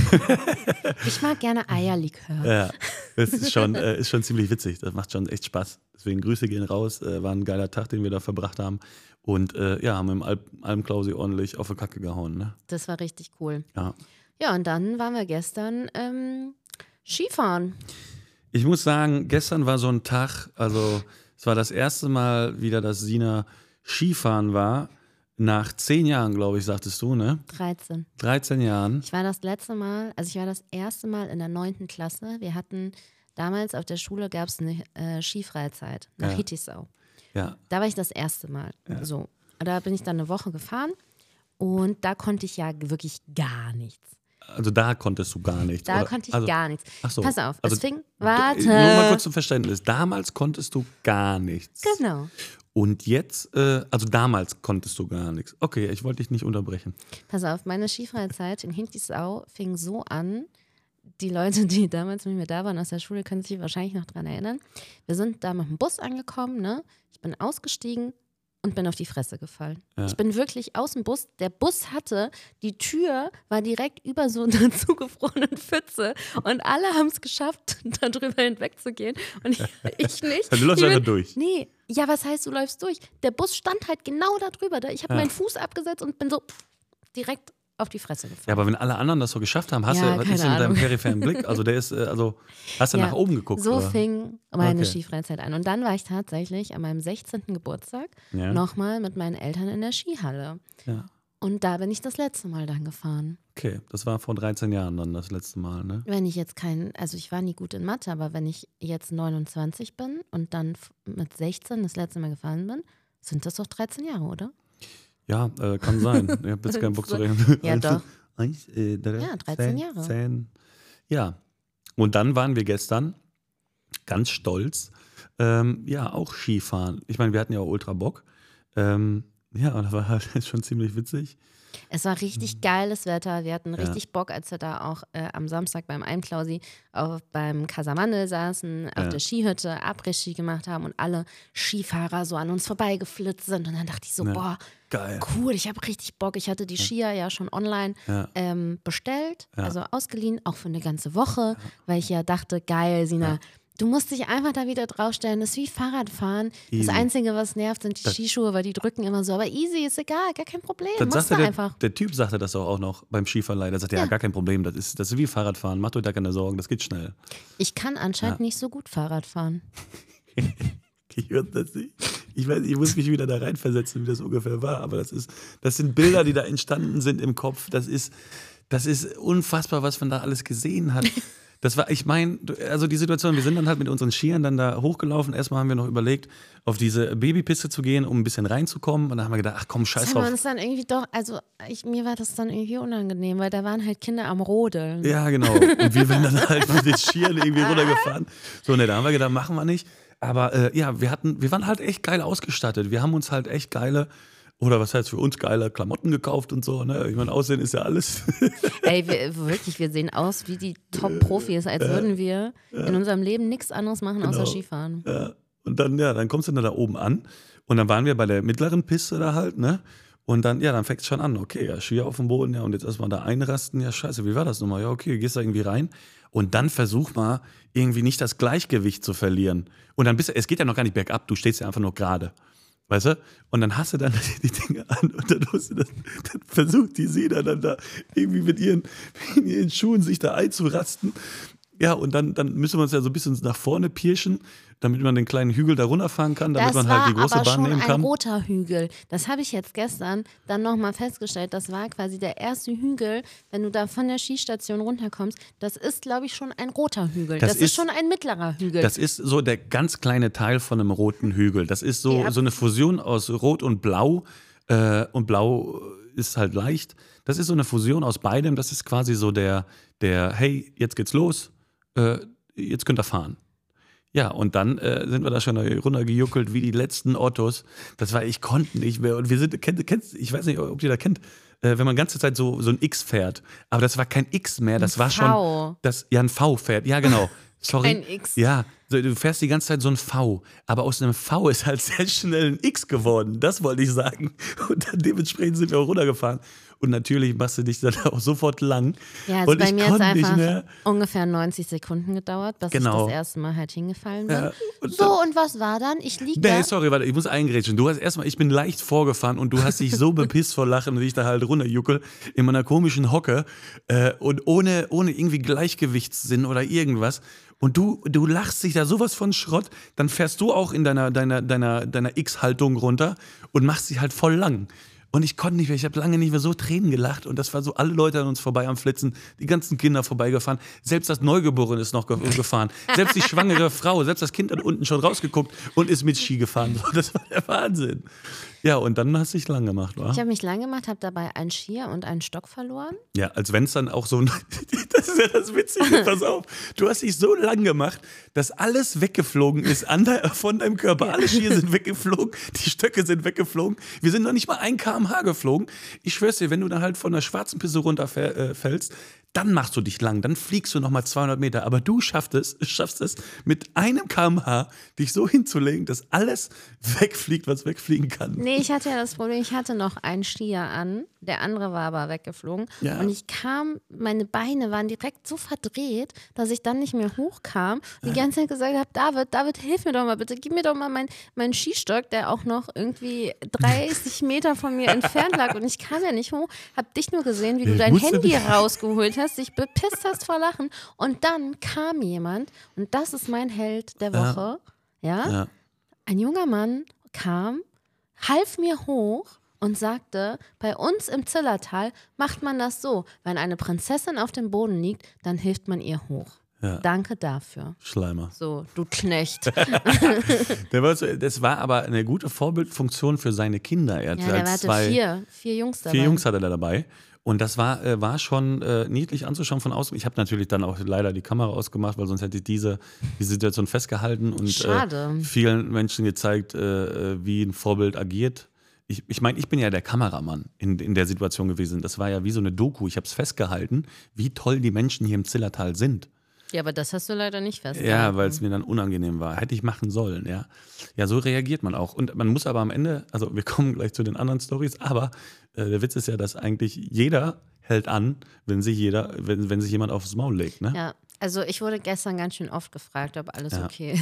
Ich mag gerne Eierlikör. Ja, das ist schon, äh, ist schon ziemlich witzig. Das macht schon echt Spaß. Deswegen Grüße gehen raus. Äh, war ein geiler Tag, den wir da verbracht haben. Und äh, ja, haben im Alp, Almklausi ordentlich auf die Kacke gehauen. Ne? Das war richtig cool. Ja. Ja, und dann waren wir gestern ähm, Skifahren. Ich muss sagen, gestern war so ein Tag, also es war das erste Mal wieder, dass Sina Skifahren war. Nach zehn Jahren, glaube ich, sagtest du, ne? dreizehn. dreizehn Jahren. Ich war das letzte Mal, also ich war das erste Mal in der neunten Klasse. Wir hatten damals auf der Schule, gab es eine äh, Skifreizeit nach Ja. Hittisau. Ja, Da war ich das erste Mal. Ja. So. Da bin ich dann eine Woche gefahren und da konnte ich ja wirklich gar nichts. also da konntest du gar nichts. Da oder? konnte ich also, gar nichts. Ach so. Pass auf, Also, es fing. Nur mal Warte. kurz zum Verständnis. Damals konntest du gar nichts. Genau. Und jetzt, äh, also damals konntest du gar nichts. Okay, ich wollte dich nicht unterbrechen. Pass auf, meine Skifreizeit in Hintisau fing so an. Die Leute, die damals mit mir da waren aus der Schule, können sich wahrscheinlich noch dran erinnern. Wir sind da mit dem Bus angekommen, ne? Ich bin ausgestiegen und bin auf die Fresse gefallen. Ja. Ich bin wirklich aus dem Bus. Der Bus hatte, die Tür war direkt über so einer zugefrorenen Pfütze und alle haben es geschafft, da drüber hinwegzugehen und ich, ich nicht. Du läufst Ich einfach bin- durch. Nee, ja, was heißt, du läufst durch? Der Bus stand halt genau da drüber. Da- Ich habe Ja. meinen Fuß abgesetzt und bin so pff, direkt auf die Fresse gefallen. Ja, aber wenn alle anderen das so geschafft haben, hast Ja, du, was keine ist denn mit deinem Ahnung. peripheren Blick? Also der ist, äh, also hast du Ja, nach oben geguckt? So oder? fing meine Okay. Skifreizeit an. Und dann war ich tatsächlich an meinem sechzehnten Geburtstag Ja. nochmal mit meinen Eltern in der Skihalle. Ja. Und da bin ich das letzte Mal dann gefahren. Okay, das war vor dreizehn Jahren dann das letzte Mal, ne? Wenn ich jetzt kein, also ich war nie gut in Mathe, aber wenn ich jetzt neunundzwanzig bin und dann f- mit sechzehn das letzte Mal gefahren bin, sind das doch dreizehn Jahre, oder? Ja, äh, kann sein. Ich habe jetzt keinen Bock zu reden. Ja, doch. Eins, äh, drei, Ja, dreizehn zehn, Jahre. zehn. Ja. Und dann waren wir gestern ganz stolz, ähm, ja, auch Skifahren. Ich meine, wir hatten ja auch ultra Bock. Ähm, ja, und das war halt schon ziemlich witzig. Es war richtig geiles Wetter. Wir hatten Ja. richtig Bock, als wir da auch äh, am Samstag beim Einklausi auf, beim Casamandel saßen, auf Ja. der Skihütte, Après-Ski gemacht haben und alle Skifahrer so an uns vorbeigeflitzt sind. Und dann dachte ich so, Ja. boah, Geil. cool, ich habe richtig Bock. Ich hatte die Skier ja schon online Ja. ähm, bestellt, Ja. also ausgeliehen, auch für eine ganze Woche, weil ich ja dachte, geil, Sina, Ja. du musst dich einfach da wieder draufstellen. Das ist wie Fahrradfahren. Easy. Das Einzige, was nervt, sind die Das- Skischuhe, weil die drücken immer so. Aber easy, ist egal, gar kein Problem. Dann Machst sagte du der, einfach. der Typ sagte das auch, auch noch beim Skiverleih. Der sagte, ja, Ja. gar kein Problem, das ist, das ist wie Fahrradfahren, macht euch da keine Sorgen, das geht schnell. Ich kann anscheinend Ja. nicht so gut Fahrrad fahren. Ich höre das nicht. Ich weiß, ich muss mich wieder da reinversetzen, wie das ungefähr war. Aber das ist, das sind Bilder, die da entstanden sind im Kopf. Das ist, das ist unfassbar, was man da alles gesehen hat. Das war, ich meine, also die Situation, wir sind dann halt mit unseren Skiern dann da hochgelaufen. Erstmal haben wir noch überlegt, auf diese Babypiste zu gehen, um ein bisschen reinzukommen. Und dann haben wir gedacht, ach komm, scheiß Das haben wir drauf. uns dann irgendwie doch, also ich, mir war das dann irgendwie unangenehm, weil da waren halt Kinder am Rodeln. Ja, genau. Und wir sind dann halt mit den Skiern irgendwie runtergefahren. So, ne, da haben wir gedacht, machen wir nicht. Aber äh, ja, wir hatten, wir waren halt echt geil ausgestattet. Wir haben uns halt echt geile, oder was heißt für uns geile Klamotten gekauft und so. Ne? Ich meine, Aussehen ist ja alles. Ey, wir, wirklich, wir sehen aus wie die Top-Profis, als würden wir in unserem Leben nichts anderes machen außer Genau. Skifahren. Ja. Und dann, ja, dann kommst du dann da oben an. Und dann waren wir bei der mittleren Piste da halt, ne? Und dann, ja, dann fängt es schon an. Okay, ja, Skier auf dem Boden, ja, und jetzt erstmal da einrasten. Ja, scheiße, wie war das nochmal? Ja, okay, gehst da irgendwie rein. Und dann versuch mal, irgendwie nicht das Gleichgewicht zu verlieren. Und dann bist du, es geht ja noch gar nicht bergab, du stehst ja einfach nur gerade. Weißt du? Und dann hast du dann die Dinge an und dann, musst du das, dann versucht die Sina dann da irgendwie mit ihren, mit ihren Schuhen sich da einzurasten. Ja, und dann, dann müssen wir uns ja so ein bisschen nach vorne pirschen, damit man den kleinen Hügel da runterfahren kann, damit das man halt die war große aber Bahn schon nehmen ein kann. roter Hügel. Das habe ich jetzt gestern dann nochmal festgestellt. Das war quasi der erste Hügel, wenn du da von der Skistation runterkommst. Das ist, glaube ich, schon ein roter Hügel. Das, Das ist, ist- schon ein mittlerer Hügel. Das ist so der ganz kleine Teil von einem roten Hügel. Das ist so, Ja. so eine Fusion aus Rot und Blau. Äh, und Blau ist halt leicht. Das ist so eine Fusion aus beidem. Das ist quasi so der, der hey, jetzt geht's los, äh, jetzt könnt ihr fahren. Ja, und dann äh, sind wir da schon runtergejuckelt wie die letzten Ottos. Das war, ich konnte nicht mehr. Und wir sind, kennt, kennst, ich weiß nicht, ob ihr das kennt, äh, wenn man ganze Zeit so, so ein X fährt. Aber das war kein X mehr, das Ein war V. schon. Das, ja, ein V fährt. Ja, genau. Sorry. Ein X. Ja, so, du fährst die ganze Zeit so ein V. Aber aus einem V ist halt sehr schnell ein X geworden. Das wollte ich sagen. Und dann dementsprechend sind wir auch runtergefahren. Und natürlich machst du dich dann auch sofort lang. Ja, also und bei ich mir hat es konnte nicht einfach mehr. ungefähr neunzig Sekunden gedauert, bis Genau. ich das erste Mal halt hingefallen bin. Ja, und so, und was war dann? Ich liege Nee, da. sorry, warte, ich muss eingrätschen. Du hast erstmal, ich bin leicht vorgefahren und du hast dich so bepisst vor Lachen, wie ich da halt runterjuckel in meiner komischen Hocke äh, und ohne, ohne irgendwie Gleichgewichtssinn oder irgendwas. Und du, du lachst dich da sowas von Schrott, dann fährst du auch in deiner, deiner, deiner, deiner X-Haltung runter und machst dich halt voll lang. Und ich konnte nicht mehr, ich habe lange nicht mehr so Tränen gelacht und das war so, alle Leute an uns vorbei am Flitzen, die ganzen Kinder vorbeigefahren, selbst das Neugeborene ist noch ge gefahren, selbst die schwangere Frau, selbst das Kind hat unten schon rausgeguckt und ist mit Ski gefahren. So, das war der Wahnsinn. Ja, und dann hast du dich lang gemacht, wa? Ich habe mich lang gemacht, habe dabei einen Skier und einen Stock verloren. Ja, als wenn es dann auch so ein, das ist ja das Witzige, pass auf, du hast dich so lang gemacht, dass alles weggeflogen ist an der, von deinem Körper, alle Skier sind weggeflogen, die Stöcke sind weggeflogen, wir sind noch nicht mal ein Kilometer pro Stunde geflogen. Ich schwör's dir, wenn du dann halt von der schwarzen Piste runterfällst, dann machst du dich lang, dann fliegst du nochmal zweihundert Meter, aber du schaffst es, schaffst es mit einem Kilometer pro Stunde dich so hinzulegen, dass alles wegfliegt, was wegfliegen kann. Nee, ich hatte ja das Problem, ich hatte noch einen Skier an, der andere war aber weggeflogen. Ja. Und ich kam, meine Beine waren direkt so verdreht, dass ich dann nicht mehr hochkam und die ganze Zeit gesagt habe, David, David, hilf mir doch mal bitte, gib mir doch mal meinen mein Skistock, der auch noch irgendwie dreißig Meter von mir entfernt lag und ich kam ja nicht hoch, hab dich nur gesehen, wie du Ich dein musste Handy dich- rausgeholt hast, dich bepisst hast vor Lachen und dann kam jemand und das ist mein Held der Woche, ja, Ja. ein junger Mann kam, half mir hoch und sagte, bei uns im Zillertal macht man das so, wenn eine Prinzessin auf dem Boden liegt, dann hilft man ihr hoch. Ja. Danke dafür. Schleimer. So, du Knecht. Der war so, das war aber eine gute Vorbildfunktion für seine Kinder. Er Ja, hatte der halt hatte zwei, vier, vier Jungs dabei. vier Jungs hatte er dabei. Und das war, äh, war schon äh, niedlich anzuschauen von außen. Ich habe natürlich dann auch leider die Kamera ausgemacht, weil sonst hätte ich diese, diese Situation festgehalten und Schade. Äh, vielen Menschen gezeigt, äh, äh, wie ein Vorbild agiert. Ich, ich meine, ich bin ja der Kameramann in, in der Situation gewesen. Das war ja wie so eine Doku. Ich habe es festgehalten, wie toll die Menschen hier im Zillertal sind. Ja, aber das hast du leider nicht festgehalten. Ja, weil es mir dann unangenehm war. Hätte ich machen sollen, ja. Ja, so reagiert man auch. Und man muss aber am Ende, also wir kommen gleich zu den anderen Storys, aber äh, der Witz ist ja, dass eigentlich jeder hält an, wenn sich jeder, wenn, wenn sich jemand aufs Maul legt, ne? Ja, also ich wurde gestern ganz schön oft gefragt, ob alles Ja. okay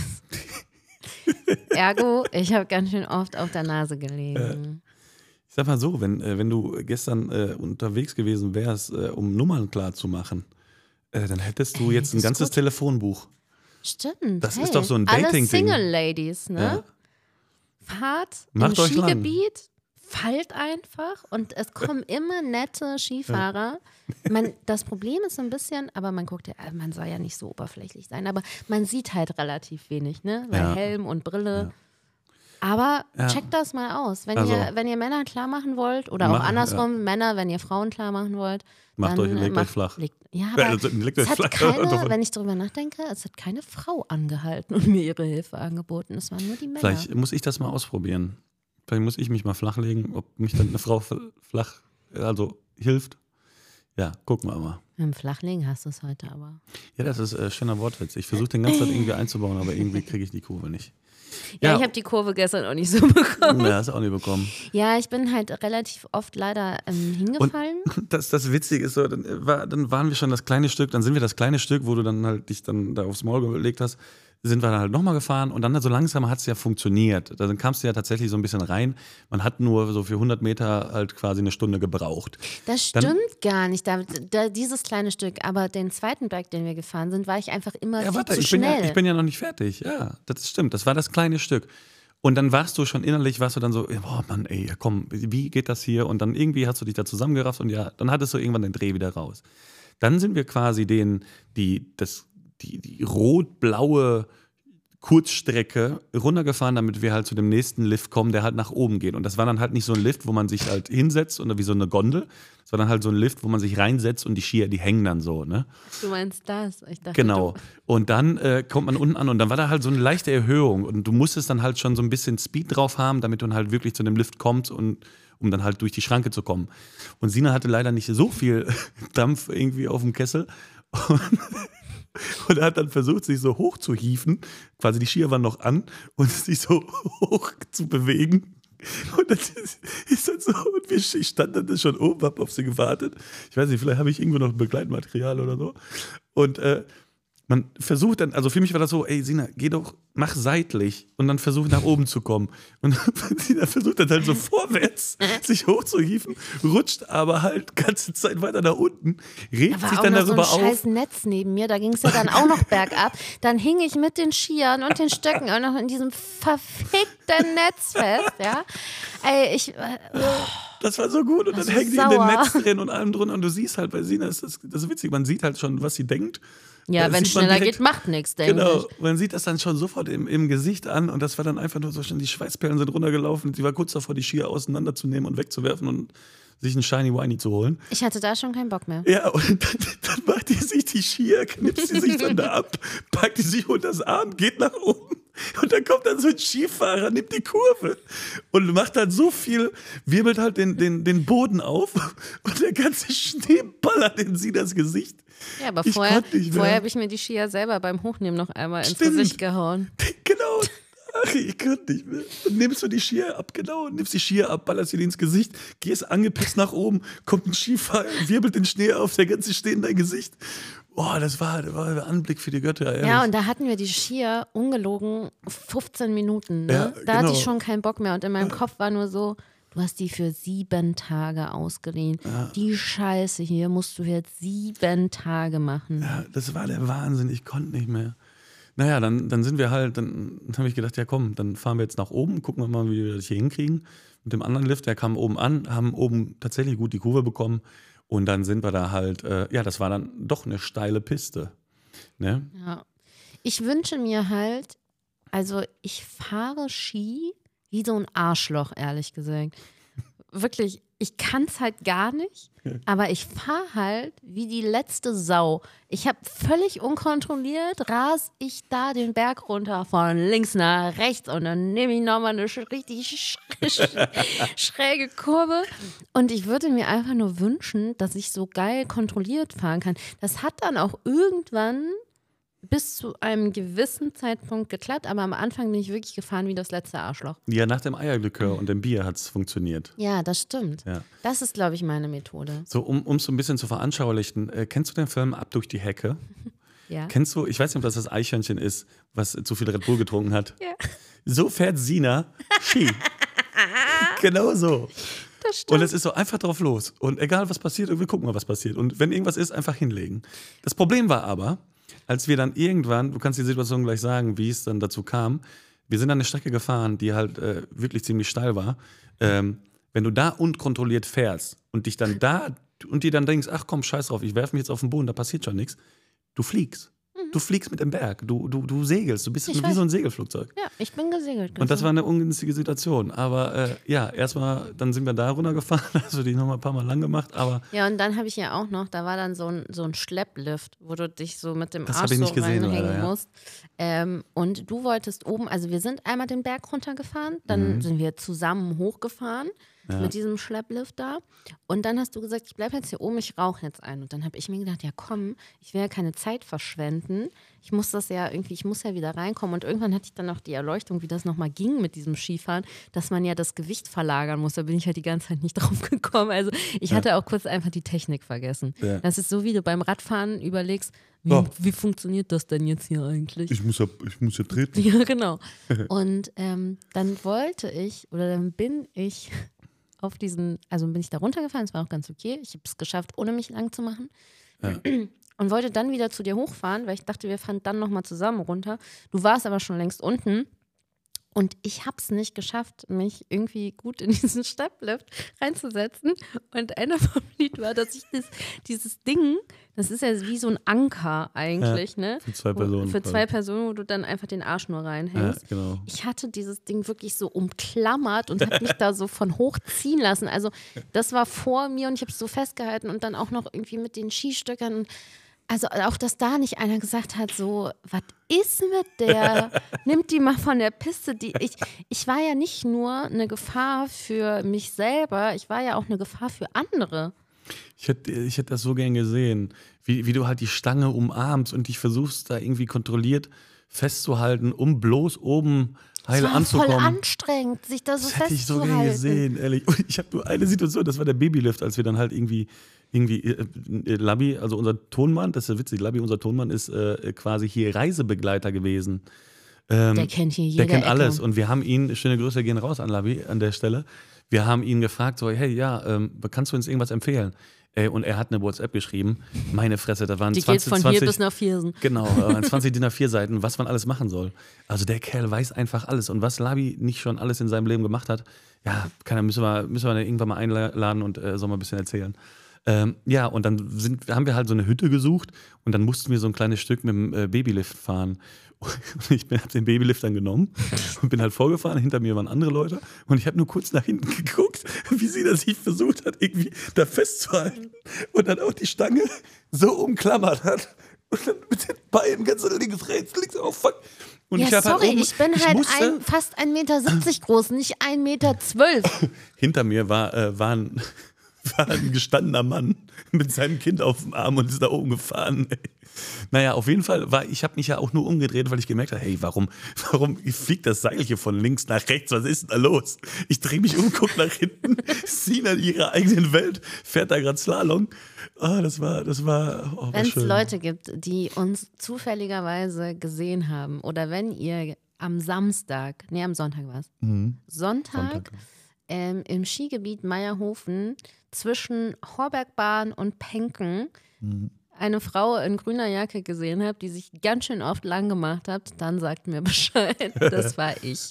ist. Ergo, ich habe ganz schön oft auf der Nase gelegen. Ich sag mal so, wenn, äh, wenn du gestern äh, unterwegs gewesen wärst, äh, um Nummern klar zu machen, äh, dann hättest du Ey, jetzt das ein ist ganzes gut. Telefonbuch. Stimmt. Das hey, ist doch so ein Alle Dating-Ding. Single-Ladies, ne? Ja. Fahrt Macht im euch lang. Skigebiet, fallt einfach und es kommen immer nette Skifahrer. Man, das Problem ist so ein bisschen, aber man guckt ja, man soll ja nicht so oberflächlich sein, aber man sieht halt relativ wenig, ne? Weil Ja. Helm und Brille. Ja. Aber Ja. checkt das mal aus. Wenn, Also- ihr, wenn ihr Männer klar machen wollt oder auch Mach- andersrum, Männer, wenn ihr Frauen klar machen wollt, Macht dann euch- legt äh, euch flach. Legt, ja, aber Also, legt es euch hat flach. keine, wenn ich drüber nachdenke, es hat keine Frau angehalten und mir ihre Hilfe angeboten. Es waren nur die Männer. Vielleicht muss ich das mal ausprobieren. Vielleicht muss ich mich mal flachlegen, ob mich dann eine Frau flach, also hilft. Ja, gucken wir mal. Im Flachlegen hast du es heute aber. Ja, das ist äh, schöner Wortwitz. Ich versuche den ganzen Tag irgendwie einzubauen, aber irgendwie kriege ich die Kurve nicht. Ja, Ja. ich habe die Kurve gestern auch nicht so bekommen. Ja, hast du auch nicht bekommen. Ja, ich bin halt relativ oft leider ähm, hingefallen. Das, das Witzige ist so, dann, war, dann waren wir schon das kleine Stück, dann sind wir das kleine Stück, wo du dann halt dich dann da aufs Maul gelegt hast, sind wir dann halt nochmal gefahren und dann so langsam hat es ja funktioniert. Dann kamst du ja tatsächlich so ein bisschen rein. Man hat nur so für hundert Meter halt quasi eine Stunde gebraucht. Das stimmt Dann, gar nicht, da, da, dieses kleine Stück. Aber den zweiten Berg, den wir gefahren sind, war ich einfach immer ja, viel warte, zu ich bin, schnell. ja, ich bin ja noch nicht fertig. Ja, das stimmt. Das war das kleine Stück. Und dann warst du schon innerlich, warst du dann so, boah Mann, ey, komm, wie geht das hier? Und dann irgendwie hast du dich da zusammengerafft und ja, dann hattest du irgendwann den Dreh wieder raus. Dann sind wir quasi den, die, das, die, die rot-blaue Kurzstrecke runtergefahren, damit wir halt zu dem nächsten Lift kommen, der halt nach oben geht. Und das war dann halt nicht so ein Lift, wo man sich halt hinsetzt oder wie so eine Gondel. Das war dann halt so ein Lift, wo man sich reinsetzt und die Skier, die hängen dann so, ne? Du meinst das? Ich dachte, Genau. Du Und dann äh, kommt man unten an und dann war da halt so eine leichte Erhöhung und du musstest dann halt schon so ein bisschen Speed drauf haben, damit du dann halt wirklich zu dem Lift kommst und um dann halt durch die Schranke zu kommen. Und Sina hatte leider nicht so viel Dampf irgendwie auf dem Kessel und Und er hat dann versucht, sich so hoch zu hieven. Quasi die Skier waren noch an und sich so hoch zu bewegen. Und das ist, ist dann so, und wir standen dann schon oben, hab auf sie gewartet. Ich weiß nicht, vielleicht habe ich irgendwo noch Begleitmaterial oder so. Und äh, man versucht dann, also für mich war das so, ey Sina, geh doch, mach seitlich und dann versuch nach oben zu kommen. Und Sina versucht dann halt so vorwärts sich hochzuhieven, rutscht aber halt ganze Zeit weiter nach unten, regt Da war sich auch dann noch darüber so ein auf. scheiß Netz neben mir, da ging es ja dann auch noch bergab. Dann hing ich mit den Skiern und den Stöcken auch noch in diesem verfickten Netz fest, ja. Ey, ich... Äh, Das war so gut und dann so hängt die in den sauer. Netz drin und allem drunter und du siehst halt bei Sina, ist das, das ist witzig, man sieht halt schon, was sie denkt. ja, Das wenn sieht man schneller direkt- geht, macht nichts, denke Genau, ich. man sieht das dann schon sofort im, im Gesicht an und das war dann einfach nur so schnell, die Schweißperlen sind runtergelaufen, sie war kurz davor, die Skier auseinanderzunehmen und wegzuwerfen und sich einen Shiny Winey zu holen. Ich hatte da schon keinen Bock mehr. Ja, und dann, dann macht die sich die Skier, knipst sie sich dann da ab, packt die sich unter das Arm, geht nach oben und dann kommt dann so ein Skifahrer, nimmt die Kurve und macht halt so viel, wirbelt halt den, den, den Boden auf und der ganze Schnee ballert in sie das Gesicht. Ja, aber Ich vorher, konnte nicht mehr. vorher habe ich mir die Skier selber beim Hochnehmen noch einmal ins Stimmt. Gesicht gehauen. Genau. Ach, ich könnte nicht mehr. Dann nimmst du die Skier ab, genau, nimmst die Skier ab, ballerst sie dir ins Gesicht, gehst angepisst nach oben, kommt ein Skifahrer, wirbelt den Schnee auf, der ganze Schnee in dein Gesicht. Boah, das war, das war der Anblick für die Götter, ehrlich. Ja, und da hatten wir die Skier ungelogen fünfzehn Minuten. Ne? Ja, da hatte genau. ich schon keinen Bock mehr. Und in meinem Kopf war nur so, du hast die für sieben Tage ausgeliehen. Ja. Die Scheiße hier musst du jetzt sieben Tage machen. Ja, das war der Wahnsinn, ich konnte nicht mehr. Naja, dann, dann sind wir halt, dann habe ich gedacht, ja komm, dann fahren wir jetzt nach oben, gucken wir mal, wie wir das hier hinkriegen. Mit dem anderen Lift, der kam oben an, haben oben tatsächlich gut die Kurve bekommen und dann sind wir da halt, äh, ja, das war dann doch eine steile Piste. Ne? Ja. Ich wünsche mir halt, also ich fahre Ski wie so ein Arschloch, ehrlich gesagt. Wirklich, ich kann es halt gar nicht, aber ich fahre halt wie die letzte Sau. Ich habe völlig unkontrolliert, ras ich da den Berg runter von links nach rechts und dann nehme ich nochmal eine sch- richtig sch sch schräge Kurve. Und ich würde mir einfach nur wünschen, dass ich so geil kontrolliert fahren kann. Das hat dann auch irgendwann bis zu einem gewissen Zeitpunkt geklappt, aber am Anfang bin ich wirklich gefahren wie das letzte Arschloch. Ja, nach dem Eierlikör und dem Bier hat es funktioniert. Ja, das stimmt. Ja. Das ist, glaube ich, meine Methode. So, um es so ein bisschen zu veranschaulichen, äh, kennst du den Film Ab durch die Hecke? Ja. Kennst du, ich weiß nicht, ob das das Eichhörnchen ist, was zu viel Red Bull getrunken hat. Ja. So fährt Sina Ski. Genau so. Das stimmt. Und es ist so einfach drauf los. Und egal, was passiert, wir gucken mal, was passiert. Und wenn irgendwas ist, einfach hinlegen. Das Problem war aber, als wir dann irgendwann, du kannst die Situation gleich sagen, wie es dann dazu kam, wir sind an eine Strecke gefahren, die halt äh, wirklich ziemlich steil war. Ähm, wenn du da unkontrolliert fährst und dich dann da und dir dann denkst, ach komm, scheiß drauf, ich werfe mich jetzt auf den Boden, da passiert schon nichts. Du fliegst. Du fliegst mit dem Berg. Du, du, du segelst. Du bist Ich wie weiß. so ein Segelflugzeug. Ja, ich bin gesegelt. Und das war eine ungünstige Situation. Aber äh, ja, erstmal, dann sind wir da runtergefahren, also die nochmal ein paar Mal lang gemacht, aber Ja, und dann habe ich ja auch noch, da war dann so ein, so ein Schlepplift, wo du dich so mit dem Das Arsch hab ich so nicht gesehen, reinhängen leider, ja. musst. Ähm, und du wolltest oben, also wir sind einmal den Berg runtergefahren, dann Mhm. sind wir zusammen hochgefahren Ja. mit diesem Schlepplift da. Und dann hast du gesagt, ich bleibe jetzt hier oben, ich rauche jetzt ein. Und dann habe ich mir gedacht, ja komm, ich will ja keine Zeit verschwenden. Ich muss das ja irgendwie, ich muss ja wieder reinkommen. Und irgendwann hatte ich dann noch die Erleuchtung, wie das nochmal ging mit diesem Skifahren, dass man ja das Gewicht verlagern muss. Da bin ich halt die ganze Zeit nicht drauf gekommen. Also ich hatte auch kurz einfach die Technik vergessen. Ja. Das ist so, wie du beim Radfahren überlegst, wie, Oh. wie funktioniert das denn jetzt hier eigentlich? Ich muss ja, ich muss ja treten. Ja, genau. Und ähm, dann wollte ich, oder dann bin ich auf diesen, also bin ich da runtergefallen, es war auch ganz okay. Ich habe es geschafft, ohne mich lang zu machen. Ja. Und wollte dann wieder zu dir hochfahren, weil ich dachte, wir fahren dann nochmal zusammen runter. Du warst aber schon längst unten. Und ich habe es nicht geschafft, mich irgendwie gut in diesen Stepplift reinzusetzen. Und einer vom Lied war, dass ich das, dieses Ding, das ist ja wie so ein Anker eigentlich, Ja, ne? für zwei Wo, Personen für quasi. zwei Personen, wo du dann einfach den Arsch nur reinhängst. Ja, genau. Ich hatte dieses Ding wirklich so umklammert und habe mich da so von hoch ziehen lassen. Also das war vor mir und ich habe es so festgehalten und dann auch noch irgendwie mit den Skistöckern. Und also auch, dass da nicht einer gesagt hat, so, was ist mit der? Nimmt die mal von der Piste. Die, ich, ich war ja nicht nur eine Gefahr für mich selber, ich war ja auch eine Gefahr für andere. Ich hätte, ich hätte das so gern gesehen, wie, wie du halt die Stange umarmst und dich versuchst, da irgendwie kontrolliert festzuhalten, um bloß oben heile Es war anzukommen. voll anstrengend, sich da so Das hätte ich so festzuhalten. gern gesehen, ehrlich. Und ich habe nur eine Situation, das war der Babylift, als wir dann halt irgendwie, irgendwie äh, äh, Labi, also unser Tonmann, das ist ja witzig, Labi, unser Tonmann, ist äh, quasi hier Reisebegleiter gewesen. Ähm, Der kennt hier jede Der kennt Ecke. alles. Und wir haben ihn, schöne Grüße gehen raus an Labi an der Stelle, wir haben ihn gefragt, so, hey, ja, ähm, kannst du uns irgendwas empfehlen? Ey, und er hat eine WhatsApp geschrieben, meine Fresse, da waren Die geht zwanzig, von zwanzig hier bis nach Viersen. Genau, äh, zwanzig DIN A vier Seiten, was man alles machen soll. Also der Kerl weiß einfach alles. Und was Labi nicht schon alles in seinem Leben gemacht hat, ja, kann, müssen, wir, müssen wir irgendwann mal einladen und äh, soll mal ein bisschen erzählen. Ähm, ja, und dann sind, haben wir halt so eine Hütte gesucht und dann mussten wir so ein kleines Stück mit dem äh, Babylift fahren. Und ich habe den Babylift dann genommen und bin halt vorgefahren. Hinter mir waren andere Leute und ich habe nur kurz nach hinten geguckt, wie sie das sich versucht hat, irgendwie da festzuhalten und dann auch die Stange so umklammert hat und dann mit den Beinen ganz so links, rechts, links, oh fuck. Und Ja, ich hab sorry, halt oben, ich bin ich halt musste, ein, fast ein Meter siebzig groß, nicht ein Meter zwölf. hinter mir war, äh, war, ein, war ein gestandener Mann mit seinem Kind auf dem Arm und ist da oben gefahren. Ey. Naja, auf jeden Fall war ich habe mich ja auch nur umgedreht, weil ich gemerkt habe, hey, warum, warum fliegt das Seil hier von links nach rechts? Was ist denn da los? Ich drehe mich um, gucke nach hinten, Sina in ihrer eigenen Welt, fährt da gerade Slalom. Oh, das war, das war, oh, Wenn es schön. Leute gibt, die uns zufälligerweise gesehen haben oder wenn ihr am Samstag, nee, am Sonntag war es, Mhm. Sonntag, Sonntag. Ähm, im Skigebiet Meierhofen zwischen Horbergbahn und Penken Mhm. eine Frau in grüner Jacke gesehen habt, die sich ganz schön oft lang gemacht hat, dann sagt mir Bescheid. Das war ich.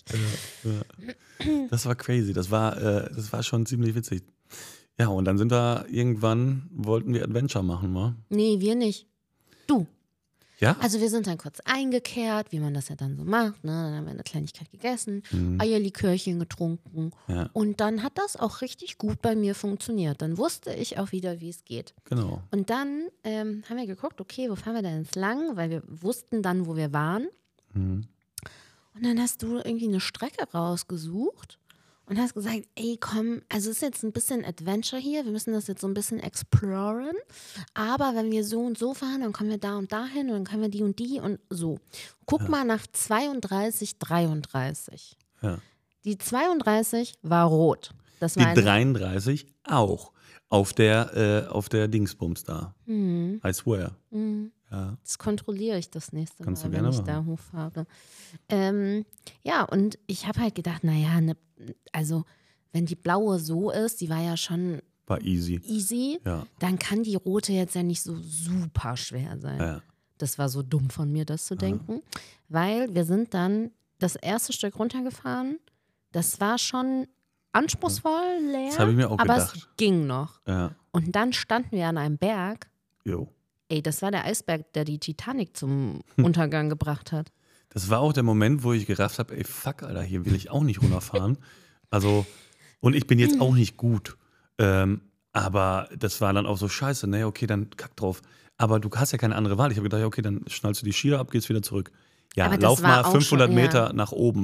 Das war crazy, das war, äh, das war schon ziemlich witzig. Ja, und dann sind wir irgendwann, wollten wir Adventure machen, wa? Nee, wir nicht. Du. Ja? Also wir sind dann kurz eingekehrt, wie man das ja dann so macht. Ne? Dann haben wir eine Kleinigkeit gegessen, Mhm. Eierlikörchen getrunken. Ja, Und dann hat das auch richtig gut bei mir funktioniert. Dann wusste ich auch wieder, wie es geht. genau. Und dann ähm, haben wir geguckt, okay, wo fahren wir denn jetzt lang? Weil wir wussten dann, wo wir waren. Mhm. Und dann hast du irgendwie eine Strecke rausgesucht und hast gesagt, ey, komm, also es ist jetzt ein bisschen Adventure hier, wir müssen das jetzt so ein bisschen exploren, aber wenn wir so und so fahren, dann kommen wir da und dahin und dann können wir die und die und so. Guck Ja. mal nach zweiunddreißig, dreiunddreißig. Ja. Die zweiunddreißig war rot. Das war Die ein, dreiunddreißig auch. Auf der, äh, auf der Dingsbums da. Mhm. I swear. Mhm. Ja. Das kontrolliere ich das nächste Kannst du Mal, wenn gerne ich da hochfahre. Ähm, ja, und ich habe halt gedacht, naja, ne, also wenn die blaue so ist, die war ja schon War easy. easy, Ja. dann kann die rote jetzt ja nicht so super schwer sein. Ja. Das war so dumm von mir, das zu denken. Weil wir sind dann das erste Stück runtergefahren. Das war schon anspruchsvoll leer, Das habe ich mir auch aber gedacht. es ging noch. Ja. Und dann standen wir an einem Berg. Jo. Ey, das war der Eisberg, der die Titanic zum Untergang gebracht hat. Das war auch der Moment, wo ich gerafft habe, ey, fuck, Alter, hier will ich auch nicht runterfahren. Also, und ich bin jetzt auch nicht gut. Ähm, aber das war dann auch so scheiße, ne, okay, dann kack drauf. Aber du hast ja keine andere Wahl. Ich habe gedacht, ja, okay, dann schnallst du die Skier ab, gehst wieder zurück. Ja, Aber das lauf war mal auch fünfhundert schon, ja. Meter nach oben.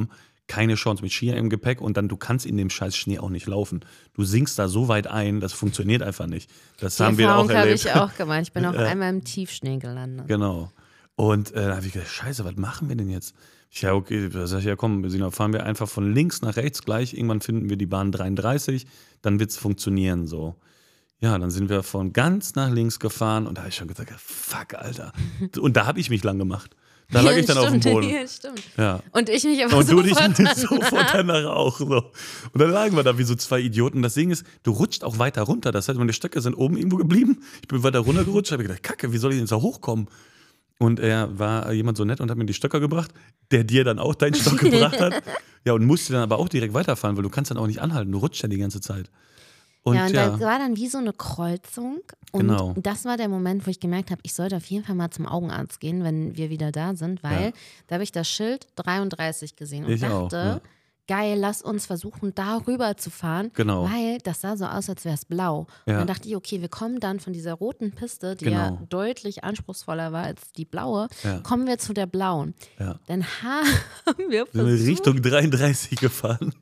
keine Chance mit Skier im Gepäck und dann, du kannst in dem scheiß Schnee auch nicht laufen. Du sinkst da so weit ein, das funktioniert einfach nicht. Das Die haben wir auch erlebt. Die habe ich auch gemacht. Ich bin auch ja. einmal im Tiefschnee gelandet. Genau. Und äh, da habe ich gedacht, scheiße, was machen wir denn jetzt? Ich ja, okay, da sag ich, ja komm, fahren wir einfach von links nach rechts gleich. Irgendwann finden wir die Bahn dreiunddreißig, dann wird es funktionieren so. Ja, dann sind wir von ganz nach links gefahren und da habe ich schon gesagt, fuck, Alter. Und da habe ich mich lang gemacht. Da lag ja, ich dann stimmt, auf dem Boden. Ja, stimmt. Ja. Und ich mich aber und sofort du dich danach. sofort danach auch. So. Und dann lagen wir da wie so zwei Idioten. Und das Ding ist, du rutscht auch weiter runter. Das heißt, meine Stöcke sind oben irgendwo geblieben. Ich bin weiter runtergerutscht, habe gedacht, Kacke, wie soll ich denn da hochkommen? Und er war jemand so nett und hat mir die Stöcker gebracht, der dir dann auch deinen Stock gebracht hat. Ja, und musste dann aber auch direkt weiterfahren, weil du kannst dann auch nicht anhalten. Du rutscht ja die ganze Zeit. Und ja, und ja. das war dann wie so eine Kreuzung. Und genau. das war der Moment, wo ich gemerkt habe, ich sollte auf jeden Fall mal zum Augenarzt gehen, wenn wir wieder da sind, weil ja. da habe ich das Schild dreiunddreißig gesehen und ich dachte, auch, ja. geil, lass uns versuchen, da rüber zu fahren, genau. weil das sah so aus, als wäre es blau. Ja. Und dann dachte ich, okay, wir kommen dann von dieser roten Piste, die genau. ja deutlich anspruchsvoller war als die blaue, ja. kommen wir zu der blauen. Ja. Dann haben wir versucht, in Richtung dreiunddreißig gefahren.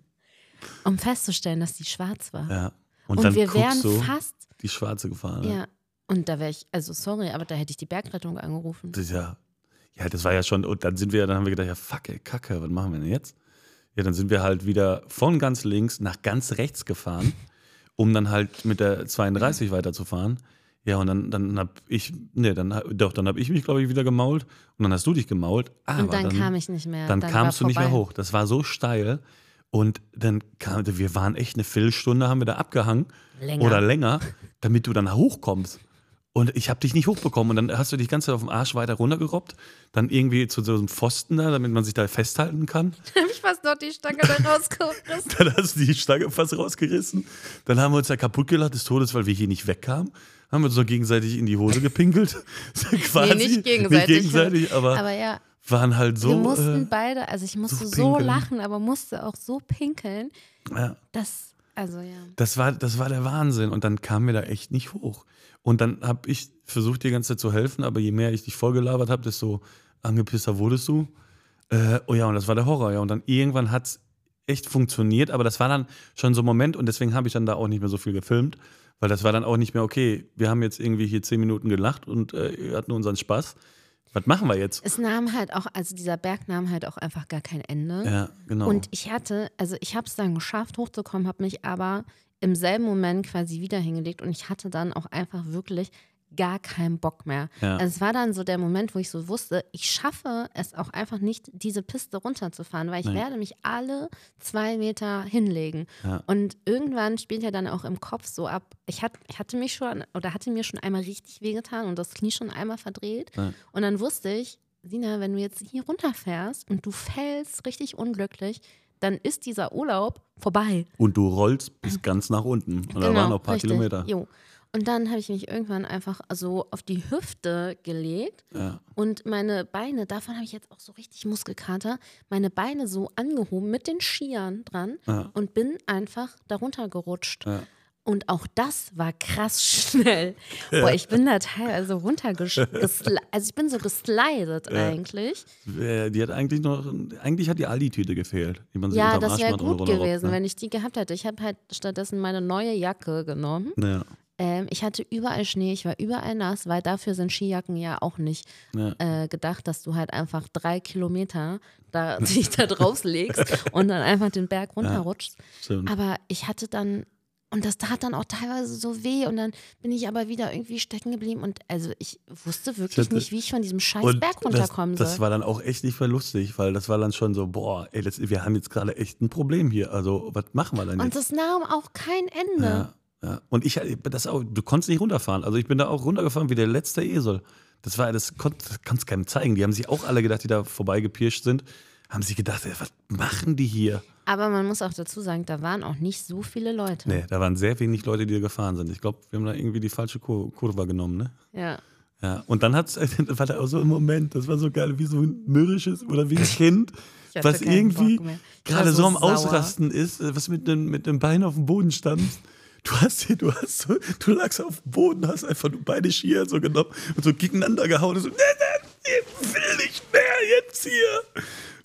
Um festzustellen, dass die schwarz war. Ja. Und, Und dann wir wären so fast die schwarze gefahren. Ja, und da wäre ich, also sorry, aber da hätte ich die Bergrettung angerufen. Das ja, ja, das war ja schon, und dann sind wir, dann haben wir gedacht, ja fuck ey, Kacke, was machen wir denn jetzt? Ja, dann sind wir halt wieder von ganz links nach ganz rechts gefahren, um dann halt mit der zweiunddreißig weiterzufahren. Ja, und dann, dann hab ich, ne, dann, doch, dann hab ich mich, glaube ich, wieder gemault und dann hast du dich gemault. Aber und dann, dann kam ich nicht mehr. Dann, dann kamst du nicht mehr vorbei. hoch. Das war so steil. Und dann kam, wir waren echt eine Viertelstunde, haben wir da abgehangen. Länger. Oder länger, damit du dann hochkommst. Und ich habe dich nicht hochbekommen. Und dann hast du dich ganz auf dem Arsch weiter runtergerobbt. Dann irgendwie zu so einem Pfosten da, damit man sich da festhalten kann. Dann habe ich fast noch die Stange da rausgerissen. Dann hast du die Stange fast rausgerissen. Dann haben wir uns ja kaputt gelacht des Todes, weil wir hier nicht wegkamen. Haben wir uns so gegenseitig in die Hose gepinkelt. Quasi, nee, nicht gegenseitig. Nicht gegenseitig, aber, aber ja. waren halt so. Wir mussten äh, beide, also ich musste so, so lachen, aber musste auch so pinkeln. Ja. Das, also ja. Das war, das war der Wahnsinn. Und dann kamen wir da echt nicht hoch. Und dann habe ich versucht, dir die ganze Zeit zu helfen, aber je mehr ich dich vollgelabert habe, desto angepisster wurdest du. Äh, oh ja, und das war der Horror. Ja. Und dann irgendwann hat es echt funktioniert, aber das war dann schon so ein Moment und deswegen habe ich dann da auch nicht mehr so viel gefilmt, weil das war dann auch nicht mehr okay. Wir haben jetzt irgendwie hier zehn Minuten gelacht und äh, hatten unseren Spaß. Was machen wir jetzt? Es nahm halt auch, also dieser Berg nahm halt auch einfach gar kein Ende. Ja, genau. Und ich hatte, also ich habe es dann geschafft, hochzukommen, habe mich aber im selben Moment quasi wieder hingelegt und ich hatte dann auch einfach wirklich gar keinen Bock mehr. Ja. Also es war dann so der Moment, wo ich so wusste, ich schaffe es auch einfach nicht, diese Piste runterzufahren, weil ich Nein. werde mich alle zwei Meter hinlegen. Ja. Und irgendwann spielt ja dann auch im Kopf so ab, ich, hat, ich hatte mich schon oder hatte mir schon einmal richtig wehgetan und das Knie schon einmal verdreht. Ja. Und dann wusste ich, Sina, wenn du jetzt hier runterfährst und du fällst richtig unglücklich, dann ist dieser Urlaub vorbei. Und du rollst bis ganz nach unten. Und genau, da waren noch ein paar richtig. Kilometer. Jo. Und dann habe ich mich irgendwann einfach so auf die Hüfte gelegt Ja. und meine Beine, davon habe ich jetzt auch so richtig Muskelkater, meine Beine so angehoben mit den Skiern dran Ja. und bin einfach darunter gerutscht. Ja. Und auch das war krass schnell. Boah, ich bin da teilweise runtergeschlidet. Also ich bin so geslidet Ja. eigentlich. Äh, Die hat eigentlich noch, eigentlich hat die Aldi-Tüte gefehlt. Die man sich Ja, unterm das Arsch wäre mal drin gut runterrobbt, gewesen, ne? wenn ich die gehabt hätte. Ich habe halt stattdessen meine neue Jacke genommen. Ja. Ähm, ich hatte überall Schnee, ich war überall nass, weil dafür sind Skijacken ja auch nicht Ja. äh, gedacht, dass du halt einfach drei Kilometer da, dich da drauf legst und dann einfach den Berg runterrutschst. Stimmt. Aber ich hatte dann, und das tat dann auch teilweise so weh und dann bin ich aber wieder irgendwie stecken geblieben und also ich wusste wirklich Ich hatte- nicht, wie ich von diesem scheiß Und Berg runterkommen das, soll. das war dann auch echt nicht mehr lustig, weil das war dann schon so, boah, ey, das, wir haben jetzt gerade echt ein Problem hier. Also, was machen wir denn Und jetzt? das nahm auch kein Ende. Ja, ja. Und ich, das auch, du konntest nicht runterfahren. Also ich bin da auch runtergefahren wie der letzte Esel. Das war, das konnt- das kannst keinem zeigen. Die haben sich auch alle gedacht, die da vorbeigepirscht sind, haben sich gedacht, ey, was machen die hier? Aber man muss auch dazu sagen, da waren auch nicht so viele Leute. Nee, da waren sehr wenig Leute, die da gefahren sind. Ich glaube, wir haben da irgendwie die falsche Kur Kurve genommen, ne? Ja. Ja. Und dann hat's, das war da auch so ein Moment, das war so geil, wie so ein mürrisches oder wie ein Kind, Ich hatte was keinen irgendwie Bock mehr. Ich war gerade so am sauer. Ausrasten ist, was mit dem, mit dem Bein auf dem Boden stand. Du hast hier, du hast so, du lagst auf dem Boden, hast einfach nur beide Skier so genommen und so gegeneinander gehauen und so, nee, nee, ich will nicht mehr jetzt hier.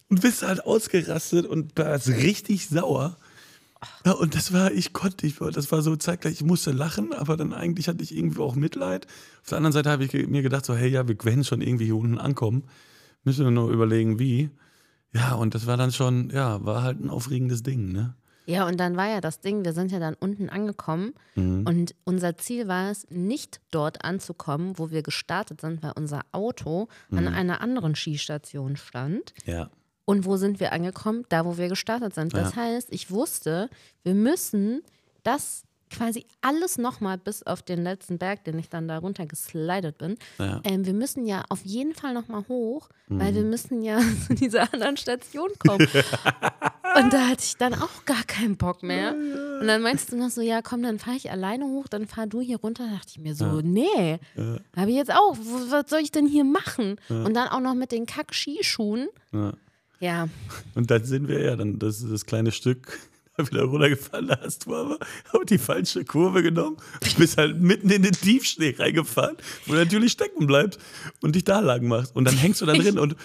und bist halt ausgerastet und warst richtig sauer. Ja, und das war, ich konnte nicht, das war so zeitgleich, ich musste lachen, aber dann eigentlich hatte ich irgendwie auch Mitleid. Auf der anderen Seite habe ich mir gedacht, so, hey, ja, wir werden schon irgendwie hier unten ankommen. Müssen wir nur überlegen, wie. Ja, und das war dann schon, ja, war halt ein aufregendes Ding, ne? Ja, und dann war ja das Ding, wir sind ja dann unten angekommen Mhm. und unser Ziel war es, nicht dort anzukommen, wo wir gestartet sind, weil unser Auto Mhm. an einer anderen Skistation stand. Ja. Und wo sind wir angekommen? Da, wo wir gestartet sind. Das Ja. heißt, ich wusste, wir müssen das quasi alles nochmal bis auf den letzten Berg, den ich dann da runter geslidet bin. Ja. Ähm, wir müssen ja auf jeden Fall nochmal hoch, Mhm. weil wir müssen ja zu dieser anderen Station kommen. Und da hatte ich dann auch gar keinen Bock mehr. Und dann meinst du noch so, ja komm, dann fahre ich alleine hoch, dann fahr du hier runter. Da dachte ich mir so, Ja. nee, Ja. habe ich jetzt auch. W- Was soll ich denn hier machen? Und dann auch noch mit den Kack-Skischuhen. Ja. Ja, Und dann sind wir ja, dann das, das kleine Stück da wieder runtergefahren, da hast du aber auch die falsche Kurve genommen und bist halt mitten in den Tiefschnee reingefahren, wo du natürlich stecken bleibst und dich da lang machst. Und dann hängst du da drin und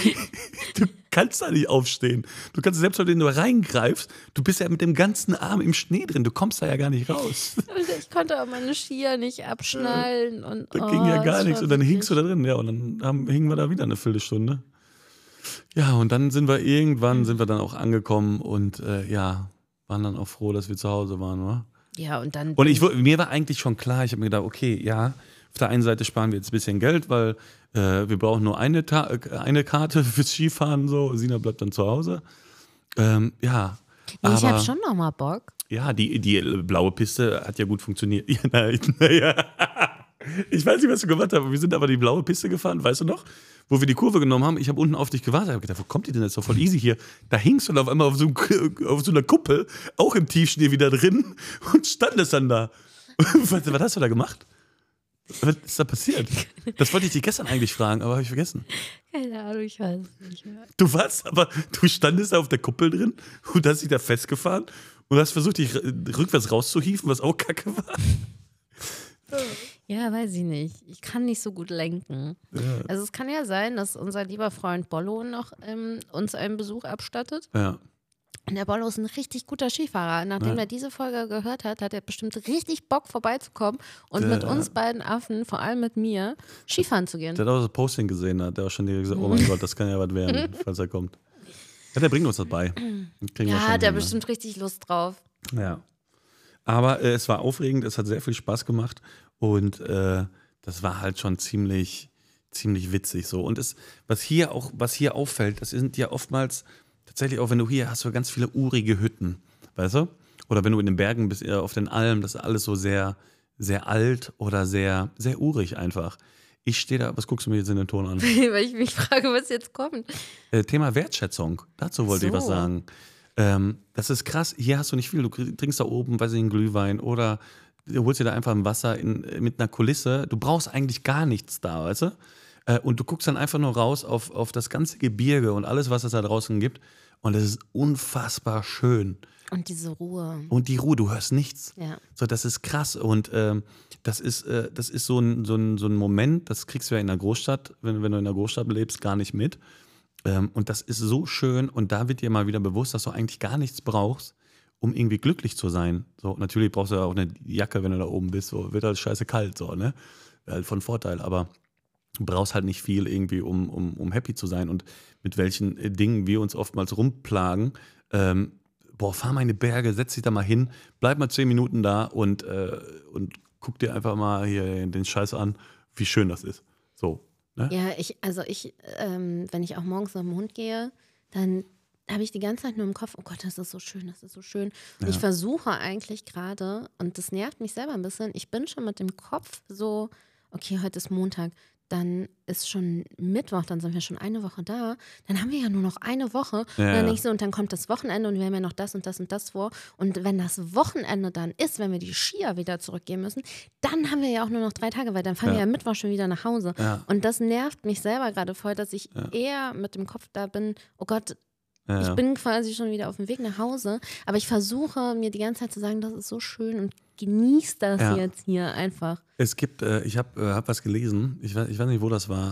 du kannst da nicht aufstehen. Du kannst selbst, wenn du reingreifst, du bist ja mit dem ganzen Arm im Schnee drin, du kommst da ja gar nicht raus. und ich konnte auch meine Skier nicht abschnallen. Und, Da oh, ging ja gar das nichts. war Und dann wirklich- hingst du da drin, ja, und dann haben, hingen wir da wieder eine Viertelstunde. Ja, und dann sind wir irgendwann, sind wir dann auch angekommen und äh, ja, waren dann auch froh, dass wir zu Hause waren, wa? Ja, und dann. Und ich, wu- mir war eigentlich schon klar, ich habe mir gedacht, okay, ja, auf der einen Seite sparen wir jetzt ein bisschen Geld, weil äh, wir brauchen nur eine, Ta äh, eine Karte fürs Skifahren, so, Sina bleibt dann zu Hause. Ähm, ja, nee, ich aber habe schon nochmal Bock. ja, die, die blaue Piste hat ja gut funktioniert. Ja, na, na, ja. Ich weiß nicht, was du gemacht hast, aber wir sind aber die blaue Piste gefahren, weißt du noch? Wo wir die Kurve genommen haben, ich habe unten auf dich gewartet, ich habe gedacht, wo kommt die denn jetzt? Doch voll easy hier. Da hingst du dann auf einmal auf so, einem- auf so einer Kuppel, auch im Tiefschnee wieder drin und standest dann da. Was, was hast du da gemacht? Was ist da passiert? Das wollte ich dich gestern eigentlich fragen, aber habe ich vergessen. Keine Ahnung, ich weiß es nicht mehr. Du warst aber, du standest da auf der Kuppel drin und hast dich da festgefahren und hast versucht, dich rückwärts rauszuhieven, was auch kacke war. Ja, weiß ich nicht. Ich kann nicht so gut lenken. Ja. Also es kann ja sein, dass unser lieber Freund Bollo noch ähm, uns einen Besuch abstattet. Ja. Und der Bollo ist ein richtig guter Skifahrer. Nachdem Ja. er diese Folge gehört hat, hat er bestimmt richtig Bock vorbeizukommen und Der- mit uns beiden Affen, vor allem mit mir, Skifahren zu gehen. Der hat auch das Posting gesehen, hat der auch schon direkt gesagt, oh mein Gott, das kann ja was werden, falls er kommt. Ja, der bringt uns das bei. Kriegen wir Ja, schon hat er hin, ne? bestimmt richtig Lust drauf. Ja. Aber äh, es war aufregend, es hat sehr viel Spaß gemacht und äh, das war halt schon ziemlich, ziemlich witzig so. Und es, was hier auch, was hier auffällt, das sind ja oftmals tatsächlich auch, wenn du hier hast, du ganz viele urige Hütten, weißt du? Oder wenn du in den Bergen bist, eher auf den Almen, das ist alles so sehr, sehr alt oder sehr, sehr urig einfach. Ich stehe da, was guckst du mir jetzt in den Ton an? Weil ich mich frage, was jetzt kommt. Äh, Thema Wertschätzung, dazu wollte ich So. was sagen. Ähm, das ist krass, hier hast du nicht viel, du krieg- trinkst da oben, weiß ich, einen Glühwein oder du holst dir da einfach ein Wasser in, mit einer Kulisse. Du brauchst eigentlich gar nichts da, weißt du? Äh, und du guckst dann einfach nur raus auf, auf das ganze Gebirge und alles, was es da draußen gibt. Und es ist unfassbar schön. Und diese Ruhe. Und die Ruhe, du hörst nichts. Ja. So, das ist krass. Und ähm, das ist, äh, das ist so, ein, so, ein, so ein Moment, das kriegst du ja in der Großstadt, wenn, wenn du in der Großstadt lebst, gar nicht mit. Ähm, und das ist so schön. Und da wird dir mal wieder bewusst, dass du eigentlich gar nichts brauchst, um irgendwie glücklich zu sein. So, natürlich brauchst du ja auch eine Jacke, wenn du da oben bist. So, wird halt scheiße kalt, so, ne? Wäre halt von Vorteil. Aber du brauchst halt nicht viel irgendwie, um, um, um happy zu sein. Und mit welchen äh, Dingen wir uns oftmals rumplagen. Ähm, boah, fahr mal in die Berge, setz dich da mal hin, bleib mal zehn Minuten da und, äh, und guck dir einfach mal hier den Scheiß an, wie schön das ist. So, ne? Ja, ich, also ich, ähm, wenn ich auch morgens auf den Hund gehe, dann habe ich die ganze Zeit nur im Kopf, oh Gott, das ist so schön, das ist so schön. Und Ja. ich versuche eigentlich gerade, und das nervt mich selber ein bisschen, ich bin schon mit dem Kopf so, okay, heute ist Montag, dann ist schon Mittwoch, dann sind wir schon eine Woche da, dann haben wir ja nur noch eine Woche. Und Ja, dann ja. denke ich so, und dann kommt das Wochenende und wir haben ja noch das und das und das vor. Und wenn das Wochenende dann ist, wenn wir die Skier wieder zurückgehen müssen, dann haben wir ja auch nur noch drei Tage, weil dann fahren Ja. wir ja Mittwoch schon wieder nach Hause. Ja. Und das nervt mich selber gerade voll, dass ich Ja. eher mit dem Kopf da bin, oh Gott, Ja, ich ja. bin quasi schon wieder auf dem Weg nach Hause, aber ich versuche mir die ganze Zeit zu sagen, das ist so schön und genieß das Ja. jetzt hier einfach. Es gibt, äh, ich habe äh, hab was gelesen, ich weiß, ich weiß nicht, wo das war.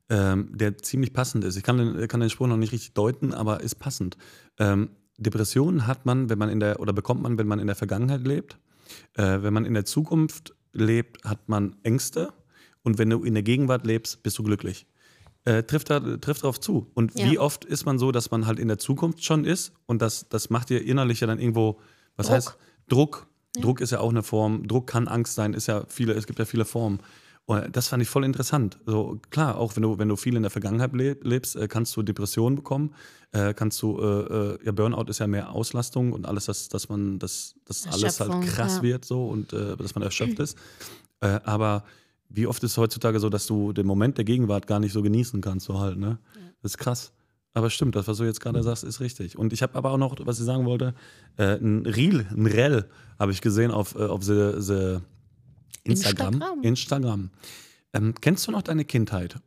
ähm, der ziemlich passend ist. Ich kann den, kann den Spruch noch nicht richtig deuten, aber ist passend. Ähm, Depressionen hat man, wenn man in der, oder bekommt man, wenn man in der Vergangenheit lebt. Äh, wenn man in der Zukunft lebt, hat man Ängste. Und wenn du in der Gegenwart lebst, bist du glücklich. Äh, trifft, da, trifft darauf zu. Und Ja. wie oft ist man so, dass man halt in der Zukunft schon ist und das, das macht dir innerlich ja dann irgendwo, was Druck. heißt Druck? Ja. Druck ist ja auch eine Form. Druck kann Angst sein, ist ja viele, es gibt ja viele Formen. Und das fand ich voll interessant. So, klar, auch wenn du, wenn du viel in der Vergangenheit leb, lebst, äh, kannst du Depressionen bekommen, äh, kannst du, äh, äh, ja, Burnout ist ja mehr Auslastung und alles, dass, dass man, dass, dass alles halt krass ja. wird so und äh, dass man erschöpft ist. Äh, aber wie oft ist es heutzutage so, dass du den Moment der Gegenwart gar nicht so genießen kannst, so halt, ne? Ja. Das ist krass. Aber stimmt, das, was du jetzt gerade sagst, ist richtig. Und ich habe aber auch noch, was ich sagen wollte, äh, ein Reel, ein Reel habe ich gesehen auf, äh, auf the, the Instagram. Instagram. Instagram. Ähm, kennst du noch deine Kindheit?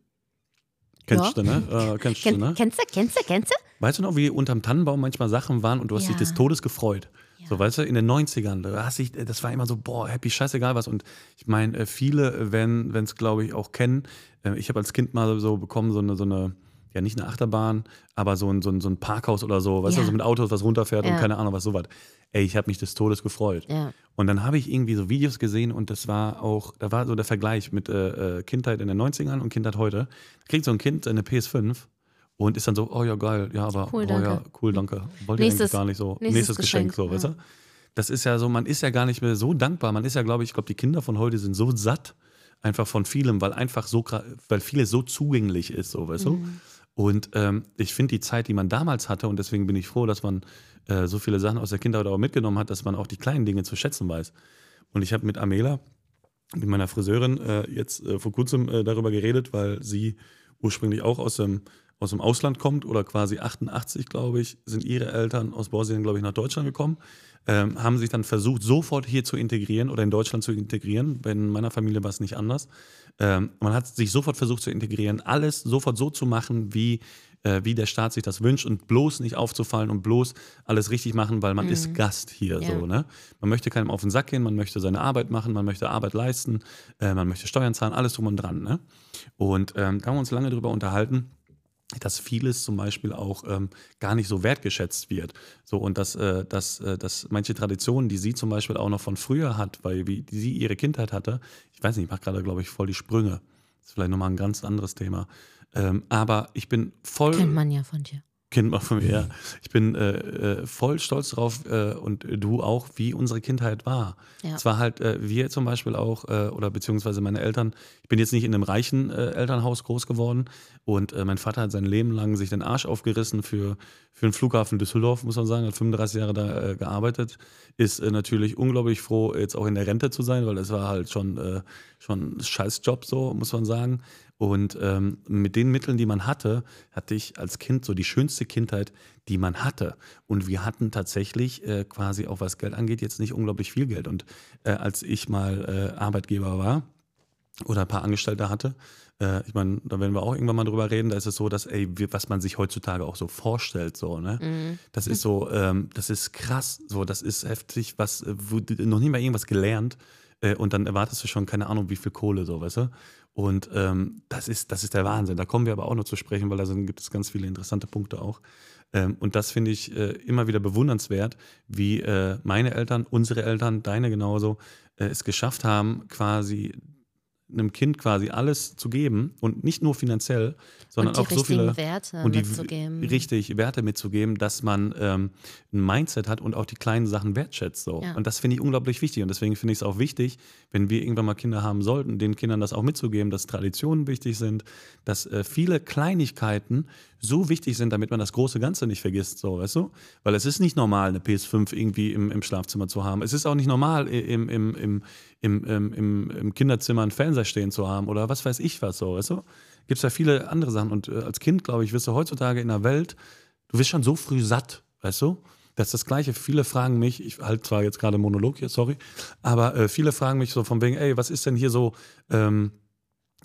Kennst Ja. du, ne? Äh, kennst Ken, du, ne? Kennst du, kennst du, kennst du? Weißt du noch, wie unterm Tannenbaum manchmal Sachen waren und du hast Ja. dich des Todes gefreut? Ja. So, weißt du, in den neunzigern, da hast dich, das war immer so, boah, happy, scheißegal was. Und ich meine, viele werden es, glaube ich, auch kennen. Äh, ich habe als Kind mal so bekommen, so eine, so eine, ja nicht eine Achterbahn, aber so ein, so ein, so ein Parkhaus oder so, weißt Ja. du, so mit Autos, was runterfährt Ja. und keine Ahnung, was sowas. Ey, ich habe mich des Todes gefreut. Ja. Und dann habe ich irgendwie so Videos gesehen und das war auch, da war so der Vergleich mit äh, äh, Kindheit in den neunzigern und Kindheit heute. Da kriegt so ein Kind eine P S fünf und ist dann so, oh ja, geil, ja, aber Cool, oh danke. ja, cool, danke. Wollte ich Nächstes- eigentlich gar nicht so. nächstes Nächstes, Geschenk, Geschenk, so, weißt ja. du? Das ist ja so, man ist ja gar nicht mehr so dankbar. Man ist ja, glaube ich, ich glaube, die Kinder von heute sind so satt einfach von vielem, weil einfach so, gra- weil vieles so zugänglich ist, so, weißt du? Mhm. Und ähm, ich finde die Zeit, die man damals hatte, und deswegen bin ich froh, dass man äh, so viele Sachen aus der Kindheit auch mitgenommen hat, dass man auch die kleinen Dinge zu schätzen weiß. Und ich habe mit Amela, mit meiner Friseurin, äh, jetzt äh, vor kurzem äh, darüber geredet, weil sie ursprünglich auch aus dem, aus dem Ausland kommt oder quasi achtundachtzig, glaube ich, sind ihre Eltern aus Bosnien, glaube ich, nach Deutschland gekommen. Ähm, haben sich dann versucht, sofort hier zu integrieren oder in Deutschland zu integrieren. Bei meiner Familie war es nicht anders. Ähm, man hat sich sofort versucht zu integrieren, alles sofort so zu machen, wie, äh, wie der Staat sich das wünscht und bloß nicht aufzufallen und bloß alles richtig machen, weil man Mhm. ist Gast hier. Ja. So, ne? Man möchte keinem auf den Sack gehen, man möchte seine Arbeit machen, man möchte Arbeit leisten, äh, man möchte Steuern zahlen, alles drum und dran. Ne? Und ähm, da haben wir uns lange darüber unterhalten, dass vieles zum Beispiel auch ähm, gar nicht so wertgeschätzt wird. So, und dass, äh, dass, äh, dass manche Traditionen, die sie zum Beispiel auch noch von früher hat, weil wie die sie ihre Kindheit hatte, ich weiß nicht, ich mache gerade, glaube ich, voll die Sprünge. Das ist vielleicht nochmal ein ganz anderes Thema. Ähm, aber ich bin voll. Kennt man ja von dir. Kennt man von mir, ja. Ich bin äh, äh, voll stolz drauf äh, und du auch, wie unsere Kindheit war. Ja. Es war halt, äh, wir zum Beispiel auch, äh, oder beziehungsweise meine Eltern, ich bin jetzt nicht in einem reichen äh, Elternhaus groß geworden und äh, mein Vater hat sein Leben lang sich den Arsch aufgerissen für, für den Flughafen Düsseldorf, muss man sagen, hat fünfunddreißig Jahre da äh, gearbeitet, ist äh, natürlich unglaublich froh, jetzt auch in der Rente zu sein, weil es war halt schon, äh, schon ein Scheißjob, so muss man sagen. Und ähm, mit den Mitteln, die man hatte, hatte ich als Kind so die schönste Kindheit, die man hatte. Und wir hatten tatsächlich äh, quasi auch, was Geld angeht, jetzt nicht unglaublich viel Geld. Und äh, als ich mal äh, Arbeitgeber war oder ein paar Angestellte hatte, äh, ich meine, da werden wir auch irgendwann mal drüber reden, da ist es so, dass, ey, wir, was man sich heutzutage auch so vorstellt, so, ne? Mhm. Das ist so, ähm, das ist krass, so, das ist heftig, was, äh, wo, noch nie mal irgendwas gelernt. Äh, und dann erwartest du schon, keine Ahnung, wie viel Kohle, so, weißt du? Und ähm, das ist, das ist der Wahnsinn. Da kommen wir aber auch noch zu sprechen, weil da sind, gibt es ganz viele interessante Punkte auch. Ähm, und das finde ich äh, immer wieder bewundernswert, wie äh, meine Eltern, unsere Eltern, deine genauso, äh, es geschafft haben, quasi einem Kind quasi alles zu geben und nicht nur finanziell, sondern und die auch so viele Werte und die mitzugeben. richtig Werte mitzugeben, dass man ähm, ein Mindset hat und auch die kleinen Sachen wertschätzt. So. Ja. Und das finde ich unglaublich wichtig. Und deswegen finde ich es auch wichtig, wenn wir irgendwann mal Kinder haben sollten, den Kindern das auch mitzugeben, dass Traditionen wichtig sind, dass äh, viele Kleinigkeiten so wichtig sind, damit man das große Ganze nicht vergisst, so, weißt du? Weil es ist nicht normal, eine P S fünf irgendwie im, im Schlafzimmer zu haben. Es ist auch nicht normal, im, im, im, im, im, im, im Kinderzimmer einen Fernseher stehen zu haben oder was weiß ich was, so, weißt du? Gibt es ja viele andere Sachen. Und äh, als Kind, glaube ich, wirst du heutzutage in der Welt, du wirst schon so früh satt, weißt du? Das ist das Gleiche. Viele fragen mich, ich halte zwar jetzt gerade Monolog hier, sorry, aber äh, viele fragen mich so von wegen, ey, was ist denn hier so, ähm,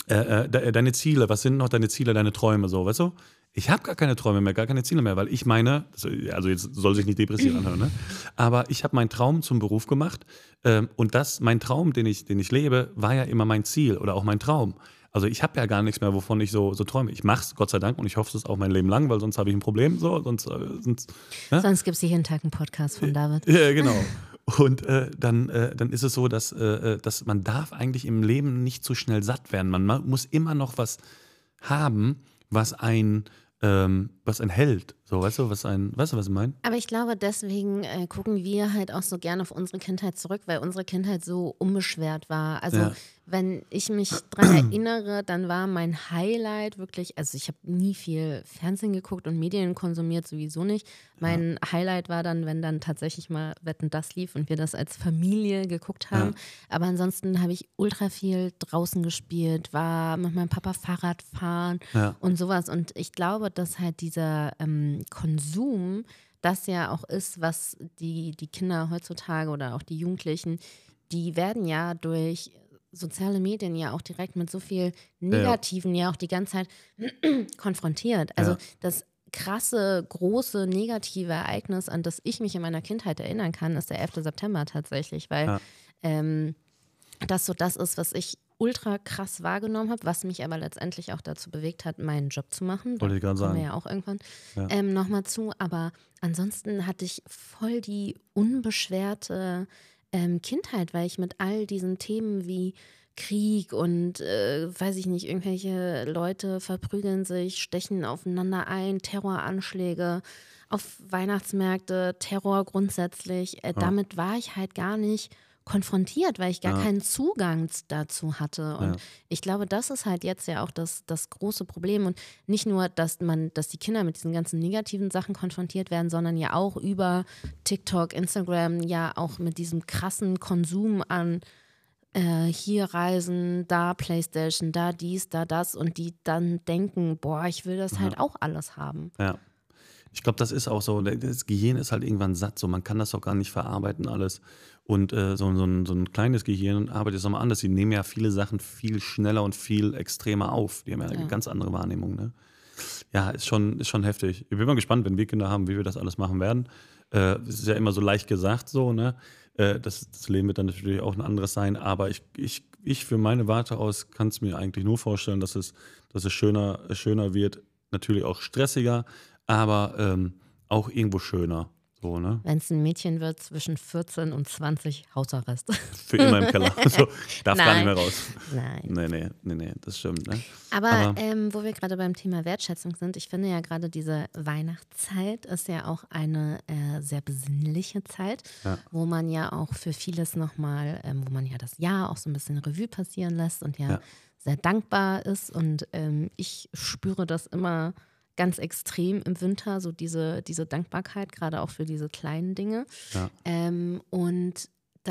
äh, äh, de, deine Ziele, was sind noch deine Ziele, deine Träume, so, weißt du? Ich habe gar keine Träume mehr, gar keine Ziele mehr, weil ich meine, also jetzt soll sich nicht depressiv anhören, ne? Aber ich habe meinen Traum zum Beruf gemacht ähm, und das, mein Traum, den ich, den ich lebe, war ja immer mein Ziel oder auch mein Traum. Also ich habe ja gar nichts mehr, wovon ich so, so träume. Ich mache es, Gott sei Dank, und ich hoffe es auch mein Leben lang, weil sonst habe ich ein Problem. So, sonst, äh, sonst, ne? Sonst gibt es jeden Tag einen Podcast von David. Ja, genau. Und äh, dann, äh, dann ist es so, dass, äh, dass man darf eigentlich im Leben nicht zu schnell satt werden. Man ma- muss immer noch was haben, was ein ähm, was ein hält. So, weißt du, was ein, weißt du, was ich meine? Aber ich glaube, deswegen äh, gucken wir halt auch so gerne auf unsere Kindheit zurück, weil unsere Kindheit so unbeschwert war. Also Ja. wenn ich mich dran erinnere, dann war mein Highlight wirklich, also ich habe nie viel Fernsehen geguckt und Medien konsumiert, sowieso nicht. Mein ja. Highlight war dann, wenn dann tatsächlich mal Wetten, das lief und wir das als Familie geguckt haben. Ja. Aber ansonsten habe ich ultra viel draußen gespielt, war mit meinem Papa Fahrrad fahren ja. und sowas. Und ich glaube, dass halt dieser ähm, Konsum das ja auch ist, was die, die Kinder heutzutage oder auch die Jugendlichen, die werden ja durch soziale Medien ja auch direkt mit so viel Negativen ja, ja auch die ganze Zeit konfrontiert. Also ja. das krasse, große, negative Ereignis, an das ich mich in meiner Kindheit erinnern kann, ist der elfte September tatsächlich, weil ja. ähm, das so das ist, was ich ultra krass wahrgenommen habe, was mich aber letztendlich auch dazu bewegt hat, meinen Job zu machen. Wollte ich gerade sagen. Kommen wir ja auch irgendwann ja. ähm, nochmal zu. Aber ansonsten hatte ich voll die unbeschwerte ähm, Kindheit, weil ich mit all diesen Themen wie Krieg und, äh, weiß ich nicht, irgendwelche Leute verprügeln sich, stechen aufeinander ein, Terroranschläge auf Weihnachtsmärkte, Terror grundsätzlich. Äh, ja. Damit war ich halt gar nicht konfrontiert, weil ich gar ja. keinen Zugang dazu hatte. Und ja. ich glaube, das ist halt jetzt ja auch das, das große Problem. Und nicht nur, dass man, dass die Kinder mit diesen ganzen negativen Sachen konfrontiert werden, sondern ja auch über TikTok, Instagram, ja auch mit diesem krassen Konsum an äh, hier Reisen, da Playstation, da dies, da das und die dann denken, boah, ich will das ja. halt auch alles haben. Ja. Ich glaube, das ist auch so, das Gehirn ist halt irgendwann satt, so man kann das auch gar nicht verarbeiten alles. Und äh, so, so, ein, so ein kleines Gehirn arbeitet es nochmal anders. Die nehmen ja viele Sachen viel schneller und viel extremer auf. Die haben ja eine ja. ganz andere Wahrnehmung. Ne? Ja, ist schon, ist schon heftig. Ich bin mal gespannt, wenn wir Kinder haben, wie wir das alles machen werden. Äh, es ist ja immer so leicht gesagt so, ne? Äh, das, das Leben wird dann natürlich auch ein anderes sein. Aber ich, ich, ich für meine Warte aus kann es mir eigentlich nur vorstellen, dass es, dass es schöner, schöner wird. Natürlich auch stressiger, aber ähm, auch irgendwo schöner. So, ne? Wenn es ein Mädchen wird, zwischen vierzehn und zwanzig Hausarrest. Für immer im Keller. So, darf Nein. gar nicht mehr raus. Nein. Nee, nee, nee, nee, das stimmt. Ne? Aber, Aber ähm, wo wir gerade beim Thema Wertschätzung sind, ich finde ja gerade diese Weihnachtszeit ist ja auch eine äh, sehr besinnliche Zeit, ja. wo man ja auch für vieles nochmal, ähm, wo man ja das Jahr auch so ein bisschen Revue passieren lässt und ja, ja. sehr dankbar ist. Und ähm, ich spüre das immer ganz extrem im Winter, so diese, diese Dankbarkeit, gerade auch für diese kleinen Dinge. Ja. Ähm, und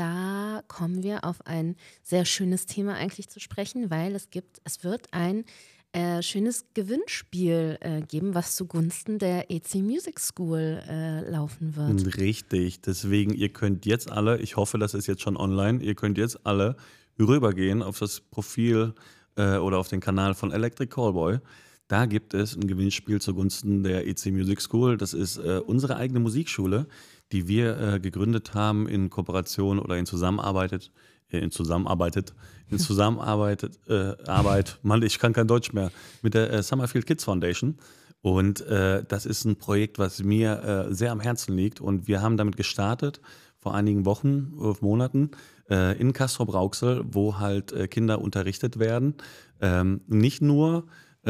da kommen wir auf ein sehr schönes Thema eigentlich zu sprechen, weil es gibt, es wird ein äh, schönes Gewinnspiel äh, geben, was zugunsten der E C Music School äh, laufen wird. Richtig, deswegen, ihr könnt jetzt alle, ich hoffe, das ist jetzt schon online, ihr könnt jetzt alle rübergehen auf das Profil äh, oder auf den Kanal von Electric Callboy. Da gibt es ein Gewinnspiel zugunsten der E C Music School. Das ist äh, unsere eigene Musikschule, die wir äh, gegründet haben in Kooperation oder in Zusammenarbeit, äh, in Zusammenarbeit, in Zusammenarbeit, äh, Arbeit, Mann, ich kann kein Deutsch mehr, mit der äh, Summerfield Kids Foundation. Und äh, das ist ein Projekt, was mir äh, sehr am Herzen liegt. Und wir haben damit gestartet vor einigen Wochen, äh, Monaten, äh, in Castrop-Rauxel, wo halt äh, Kinder unterrichtet werden. Ähm, nicht nur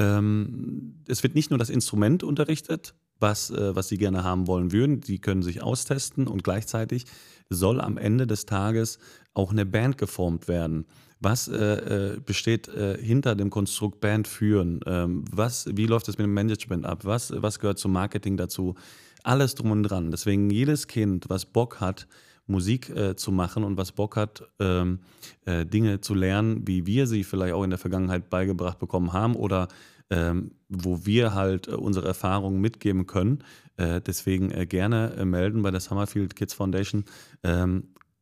Ähm, es wird nicht nur das Instrument unterrichtet, was, äh, was sie gerne haben wollen würden. Die können sich austesten und gleichzeitig soll am Ende des Tages auch eine Band geformt werden. Was äh, besteht äh, hinter dem Konstrukt Band führen? Ähm, was, wie läuft es mit dem Management ab? Was, was gehört zum Marketing dazu? Alles drum und dran. Deswegen jedes Kind, was Bock hat, Musik äh, zu machen und was Bock hat, ähm, äh, Dinge zu lernen, wie wir sie vielleicht auch in der Vergangenheit beigebracht bekommen haben oder ähm, wo wir halt äh, unsere Erfahrungen mitgeben können. Äh, deswegen äh, gerne äh, melden bei der Summerfield Kids Foundation. Ähm,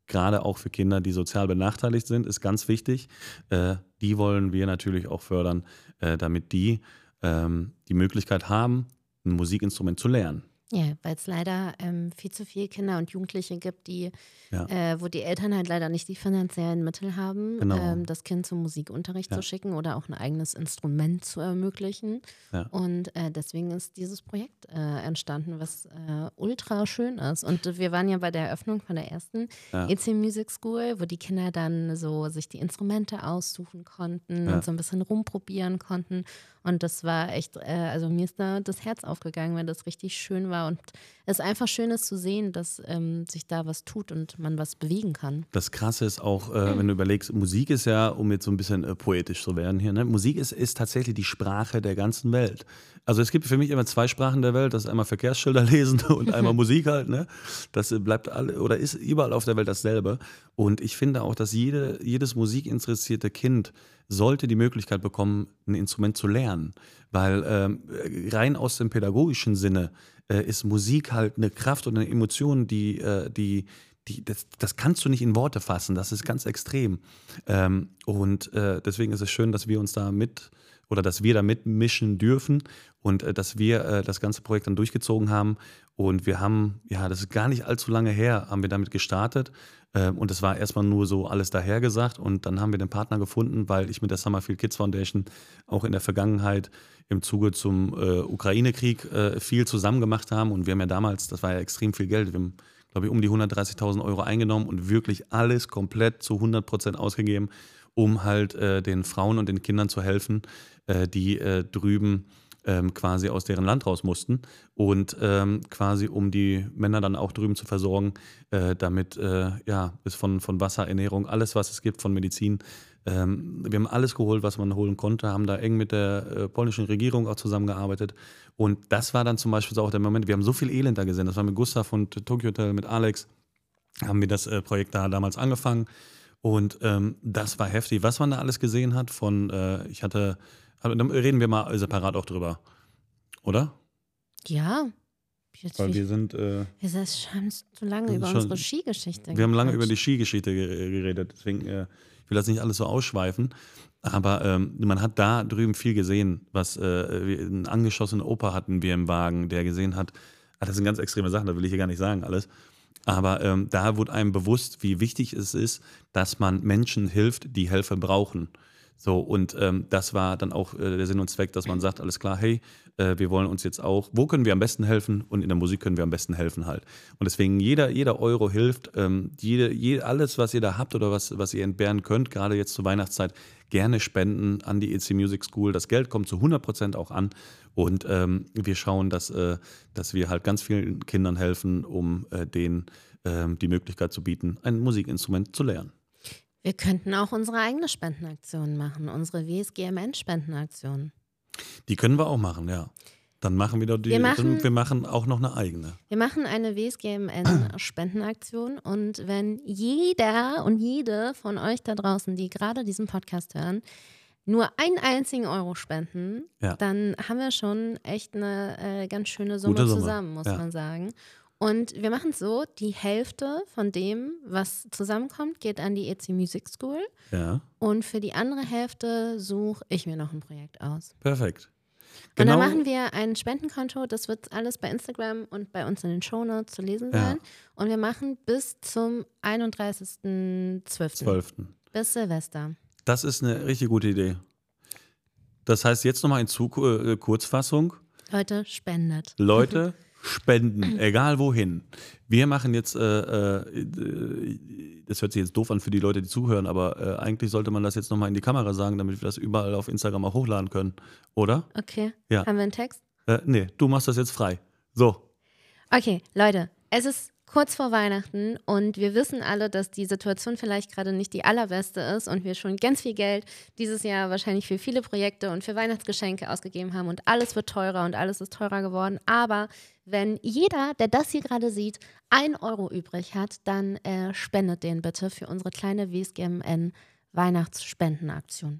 gerade auch für Kinder, die sozial benachteiligt sind, ist ganz wichtig. Äh, die wollen wir natürlich auch fördern, äh, damit die ähm, die Möglichkeit haben, ein Musikinstrument zu lernen. Ja, weil es leider ähm, viel zu viele Kinder und Jugendliche gibt, die, Ja, äh, wo die Eltern halt leider nicht die finanziellen Mittel haben, genau. ähm, das Kind zum Musikunterricht Ja. zu schicken oder auch ein eigenes Instrument zu ermöglichen. Ja. Und äh, deswegen ist dieses Projekt äh, entstanden, was äh, ultra schön ist. Und wir waren ja bei der Eröffnung von der ersten Ja. E C Music School, wo die Kinder dann so sich die Instrumente aussuchen konnten Ja. und so ein bisschen rumprobieren konnten. Und das war echt, äh, also mir ist da das Herz aufgegangen, weil das richtig schön war. Und es ist einfach schön ist zu sehen, dass ähm, sich da was tut und man was bewegen kann. Das Krasse ist auch, äh, wenn du überlegst, Musik ist ja, um jetzt so ein bisschen äh, poetisch zu werden hier, ne? Musik ist, ist tatsächlich die Sprache der ganzen Welt. Also es gibt für mich immer zwei Sprachen der Welt, das ist einmal Verkehrsschilder lesen und einmal Musik halt, ne? Das äh, bleibt alle oder ist überall auf der Welt dasselbe. Und ich finde auch, dass jede, jedes musikinteressierte Kind sollte die Möglichkeit bekommen, ein Instrument zu lernen. Weil ähm, rein aus dem pädagogischen Sinne äh, ist Musik halt eine Kraft und eine Emotion, die, äh, die, die das, das kannst du nicht in Worte fassen. Das ist ganz extrem. Ähm, und äh, deswegen ist es schön, dass wir uns da mit oder dass wir da mitmischen dürfen und äh, dass wir äh, das ganze Projekt dann durchgezogen haben. Und wir haben, ja, das ist gar nicht allzu lange her, haben wir damit gestartet. Ähm, und es war erstmal nur so alles dahergesagt. Und dann haben wir den Partner gefunden, weil ich mit der Summerfield Kids Foundation auch in der Vergangenheit im Zuge zum äh, Ukraine-Krieg äh, viel zusammen gemacht haben. Und wir haben ja damals, das war ja extrem viel Geld, wir haben, glaube ich, um die hundertdreißigtausend Euro eingenommen und wirklich alles komplett zu hundert Prozent ausgegeben, um halt äh, den Frauen und den Kindern zu helfen, äh, die äh, drüben ähm, quasi aus deren Land raus mussten und ähm, quasi um die Männer dann auch drüben zu versorgen, äh, damit äh, ja, ist von, von Wasser, Ernährung, alles was es gibt, von Medizin. Ähm, wir haben alles geholt, was man holen konnte, haben da eng mit der äh, polnischen Regierung auch zusammengearbeitet und das war dann zum Beispiel so auch der Moment, wir haben so viel Elend da gesehen, das war mit Gustav und Tokyo Hotel, mit Alex, haben wir das äh, Projekt da damals angefangen. Und ähm, das war heftig, was man da alles gesehen hat von, äh, ich hatte, dann reden wir mal separat auch drüber, oder? Ja. Jetzt Weil wir, wir sind, äh, wir haben zu lange das über ist schon- unsere Skigeschichte wir haben lange über die gequatscht. Skigeschichte ge- geredet, deswegen, äh, ich will das nicht alles so ausschweifen, aber ähm, man hat da drüben viel gesehen, was, äh, wir- ein angeschossenen Opa hatten wir im Wagen, der gesehen hat, ah, das sind ganz extreme Sachen, da will ich hier gar nicht sagen alles, aber ähm, da wurde einem bewusst, wie wichtig es ist, dass man Menschen hilft, die Hilfe brauchen. So, und ähm, das war dann auch äh, der Sinn und Zweck, dass man sagt, alles klar, hey, äh, wir wollen uns jetzt auch, wo können wir am besten helfen? Und in der Musik können wir am besten helfen halt. Und deswegen jeder, jeder Euro hilft, ähm, jede, jede, alles, was ihr da habt oder was, was ihr entbehren könnt, gerade jetzt zur Weihnachtszeit, gerne spenden an die E C Music School. Das Geld kommt zu hundert Prozent auch an und ähm, wir schauen, dass, äh, dass wir halt ganz vielen Kindern helfen, um äh, denen ähm, die Möglichkeit zu bieten, ein Musikinstrument zu lernen. Wir könnten auch unsere eigene Spendenaktion machen, unsere W S G M N-Spendenaktion. Die können wir auch machen, ja. Dann machen wir doch die, Wir machen- dann, wir machen auch noch eine eigene. Wir machen eine W S G M N-Spendenaktion und wenn jeder und jede von euch da draußen, die gerade diesen Podcast hören, nur einen einzigen Euro spenden, Ja. dann haben wir schon echt eine äh, ganz schöne Summe, Gute Summe, zusammen, muss ja. man sagen. Und wir machen es so, die Hälfte von dem, was zusammenkommt, geht an die E C Music School Ja, und für die andere Hälfte suche ich mir noch ein Projekt aus. perfekt. Und Genau, dann machen wir ein Spendenkonto, das wird alles bei Instagram und bei uns in den Shownotes zu lesen Ja. sein. Und wir machen bis zum einunddreißigsten zwölften zwölften bis Silvester. Das ist eine richtig gute Idee. Das heißt jetzt nochmal in Zug äh, Kurzfassung. Leute, spendet. Leute, spenden, egal wohin. Wir machen jetzt, äh, äh, das hört sich jetzt doof an für die Leute, die zuhören, aber äh, eigentlich sollte man das jetzt nochmal in die Kamera sagen, damit wir das überall auf Instagram auch hochladen können, oder? Okay, Ja. haben wir einen Text? Äh, nee, du machst das jetzt frei. So, Okay, Leute, es ist kurz vor Weihnachten und wir wissen alle, dass die Situation vielleicht gerade nicht die allerbeste ist und wir schon ganz viel Geld dieses Jahr wahrscheinlich für viele Projekte und für Weihnachtsgeschenke ausgegeben haben und alles wird teurer und alles ist teurer geworden. Aber wenn jeder, der das hier gerade sieht, ein Euro übrig hat, dann äh, spendet den bitte für unsere kleine W S G M N Weihnachtsspendenaktion.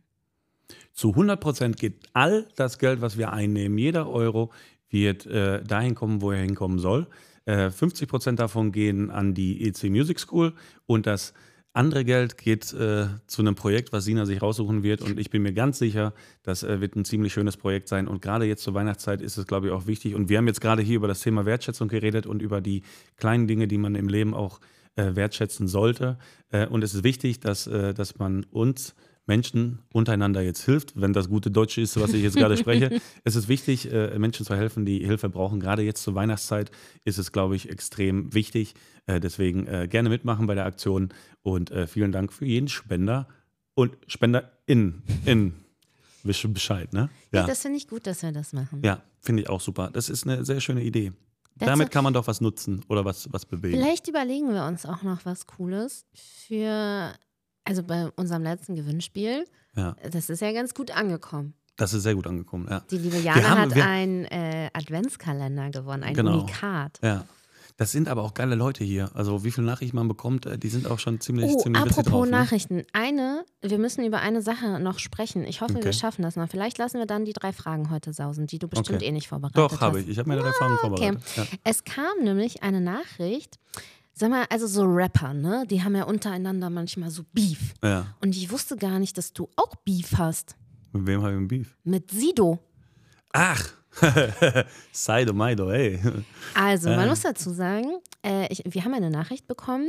zu hundert Prozent geht all das Geld, was wir einnehmen, jeder Euro wird äh, dahin kommen, wo er hinkommen soll. Äh, fünfzig Prozent davon gehen an die E C Music School und das andere Geld geht äh, zu einem Projekt, was Sina sich raussuchen wird. Und ich bin mir ganz sicher, das äh, wird ein ziemlich schönes Projekt sein. Und gerade jetzt zur Weihnachtszeit ist es, glaube ich, auch wichtig. Und wir haben jetzt gerade hier über das Thema Wertschätzung geredet und über die kleinen Dinge, die man im Leben auch äh, wertschätzen sollte. Äh, und es ist wichtig, dass, äh, dass man uns Menschen untereinander jetzt hilft, wenn das gute Deutsch ist, was ich jetzt gerade spreche. Es ist wichtig, äh, Menschen zu helfen, die Hilfe brauchen. Gerade jetzt zur Weihnachtszeit ist es, glaube ich, extrem wichtig. Äh, deswegen äh, gerne mitmachen bei der Aktion und äh, vielen Dank für jeden Spender und SpenderInnen. In. Wisst schon Bescheid, ne? Ja, Ja, das finde ich gut, dass wir das machen. ja, finde ich auch super. Das ist eine sehr schöne Idee. Das Damit so- kann man doch was nutzen oder was, was bewegen. Vielleicht überlegen wir uns auch noch was Cooles für, also bei unserem letzten Gewinnspiel, Ja, das ist ja ganz gut angekommen. das ist sehr gut angekommen. Ja. Die liebe Wir Jana haben- hat wir- einen äh, Adventskalender gewonnen, ein Genau. Unikat. Ja. Das sind aber auch geile Leute hier. Also wie viele Nachrichten man bekommt, äh, die sind auch schon ziemlich, Oh, ziemlich witzig apropos drauf. Ne? Nachrichten. Eine, wir müssen über eine Sache noch sprechen. Ich hoffe, Okay. wir schaffen das noch. Vielleicht lassen wir dann die drei Fragen heute sausen, die du bestimmt Okay. eh nicht vorbereitet Doch, hast. habe ich. Ich habe mir da Fragen Okay. vorbereitet. Ja. Es kam nämlich eine Nachricht, sag mal, also so Rapper, ne? Die haben ja untereinander manchmal so Beef. Ja. Und ich wusste gar nicht, dass du auch Beef hast. Mit wem habe ich einen Beef? Mit Sido. Ach! Saido Maido, ey. Also, man Äh. muss dazu sagen, äh, ich, wir haben eine Nachricht bekommen.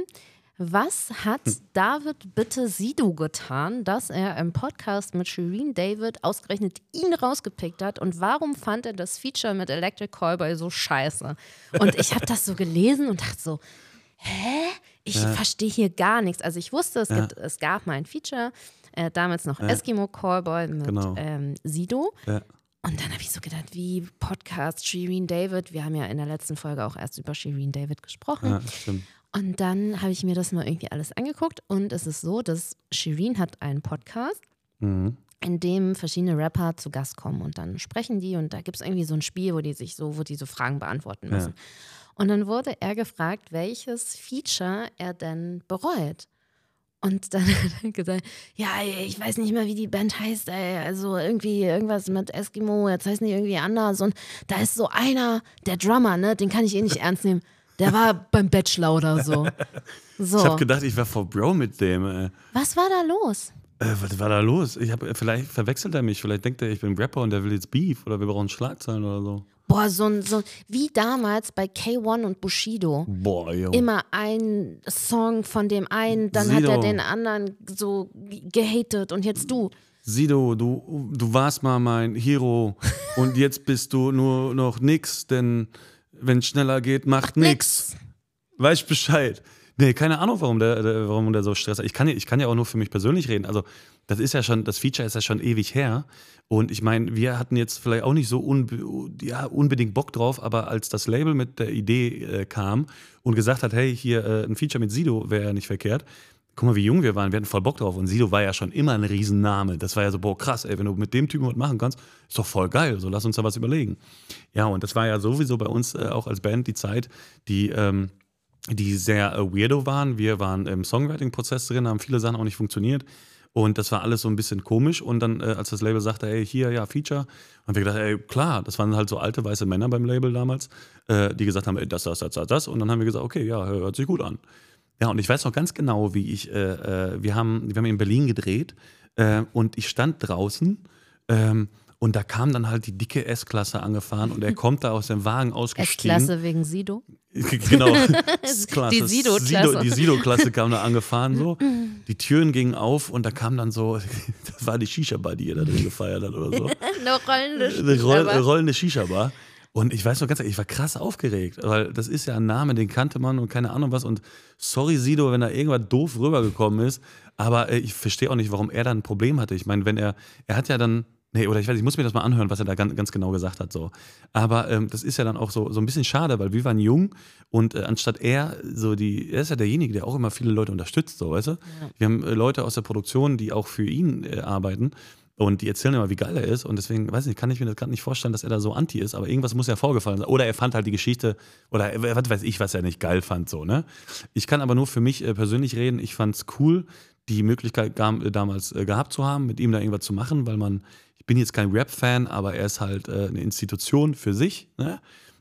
Was hat David bitte Sido getan, dass er im Podcast mit Shireen David ausgerechnet ihn rausgepickt hat? Und warum fand er das Feature mit Electric Callboy so scheiße? Und ich habe das so gelesen und dachte so, hä? Ich Ja. verstehe hier gar nichts. Also ich wusste, es, Ja. gibt, es gab mal ein Feature, äh, damals noch Ja. Eskimo Callboy mit Genau. ähm, Sido. Ja. Und dann habe ich so gedacht, wie Podcast Shireen David. Wir haben ja in der letzten Folge auch erst über Shireen David gesprochen. Ja, stimmt. Und dann habe ich mir das mal irgendwie alles angeguckt. Und es ist so, dass Shireen hat einen Podcast, Mhm. in dem verschiedene Rapper zu Gast kommen. Und dann sprechen die und da gibt es irgendwie so ein Spiel, wo die sich so, wo die so Fragen beantworten müssen. Ja. Und dann wurde er gefragt, welches Feature er denn bereut. Und dann hat er gesagt, ja, ich weiß nicht mehr, wie die Band heißt, ey. Also irgendwie irgendwas mit Eskimo, jetzt heißen die irgendwie anders. Und da ist so einer, der Drummer, ne, den kann ich eh nicht ernst nehmen. Der war beim Bachelor oder so. So, Ich habe gedacht, ich war vor Bro mit dem. Äh. was war da los? Äh, was war da los? Ich hab, vielleicht verwechselt er mich. Vielleicht denkt er, ich bin Rapper und der will jetzt Beef oder wir brauchen Schlagzeilen oder so. Boah, so ein, so wie damals bei K eins und Bushido. Boah, jo. Immer ein Song von dem einen, dann hat Sido. er den anderen so gehatet und jetzt du. Sido, du, du warst mal mein Hero und jetzt bist du nur noch nix, denn wenn es schneller geht, macht nix. Weißt Bescheid. Nee, keine Ahnung, warum der, der, warum der so Stress hat. Ich kann, ja- ich kann ja auch nur für mich persönlich reden. Also, das ist ja schon, das Feature ist ja schon ewig her. Und ich meine, wir hatten jetzt vielleicht auch nicht so unbe ja, unbedingt Bock drauf, aber als das Label mit der Idee äh, kam und gesagt hat, hey, hier äh, ein Feature mit Sido wäre ja nicht verkehrt. Guck mal, wie jung wir waren, wir hatten voll Bock drauf. Und Sido war ja schon immer ein Riesenname. Das war ja so, boah, krass, ey, wenn du mit dem Typen was machen kannst, ist doch voll geil. So, lass uns da was überlegen. Ja, und das war ja sowieso bei uns äh, auch als Band die Zeit, die, ähm, die sehr äh, weirdo waren. Wir waren im Songwriting-Prozess drin, haben viele Sachen auch nicht funktioniert. Und das war alles so ein bisschen komisch. Und dann, äh, als das Label sagte, ey, hier, ja, Feature, haben wir gedacht, ey, klar, das waren halt so alte weiße Männer beim Label damals, äh, die gesagt haben, ey, das, das, das, das, das. Und dann haben wir gesagt, okay, ja, hört sich gut an. Ja, und ich weiß noch ganz genau, wie ich, äh, äh, wir, haben, wir haben in Berlin gedreht äh, und ich stand draußen ähm, und da kam dann halt die dicke S-Klasse angefahren und er kommt da aus dem Wagen ausgestiegen. S-Klasse wegen Sido. Genau. S-Klasse. Die Sido-Klasse. Sido, die Sido-Klasse kam da angefahren so. Die Türen gingen auf und da kam dann so, das war die Shisha-Bar, die ihr da drin gefeiert hat oder so. Eine rollende Eine roll, Shisha-Bar. rollende Shisha-Bar. Und ich weiß noch ganz ehrlich, ich war krass aufgeregt, weil das ist ja ein Name, den kannte man und keine Ahnung was. Und sorry Sido, wenn da irgendwas doof rübergekommen ist, aber äh, ich verstehe auch nicht, warum er da ein Problem hatte. Ich meine, wenn er, er hat ja dann, nee, oder ich weiß, ich muss mir das mal anhören, was er da ganz, ganz genau gesagt hat. So. Aber ähm, das ist ja dann auch so, so ein bisschen schade, weil wir waren jung und äh, anstatt er, so die, er ist ja derjenige, der auch immer viele Leute unterstützt, so, weißt du? Ja. Wir haben äh, Leute aus der Produktion, die auch für ihn äh, arbeiten. Und die erzählen immer, wie geil er ist. Und deswegen, weiß nicht, kann ich mir das gerade nicht vorstellen, dass er da so anti ist. Aber irgendwas muss ja vorgefallen sein. Oder er fand halt die Geschichte, oder er- was weiß ich, was er nicht geil fand. So, ne? Ich kann aber nur für mich äh, persönlich reden. Ich fand es cool, die Möglichkeit gam, äh, damals äh, gehabt zu haben, mit ihm da irgendwas zu machen. Weil man, ich bin jetzt kein Rap-Fan, aber er ist halt äh, eine Institution für sich. Ne?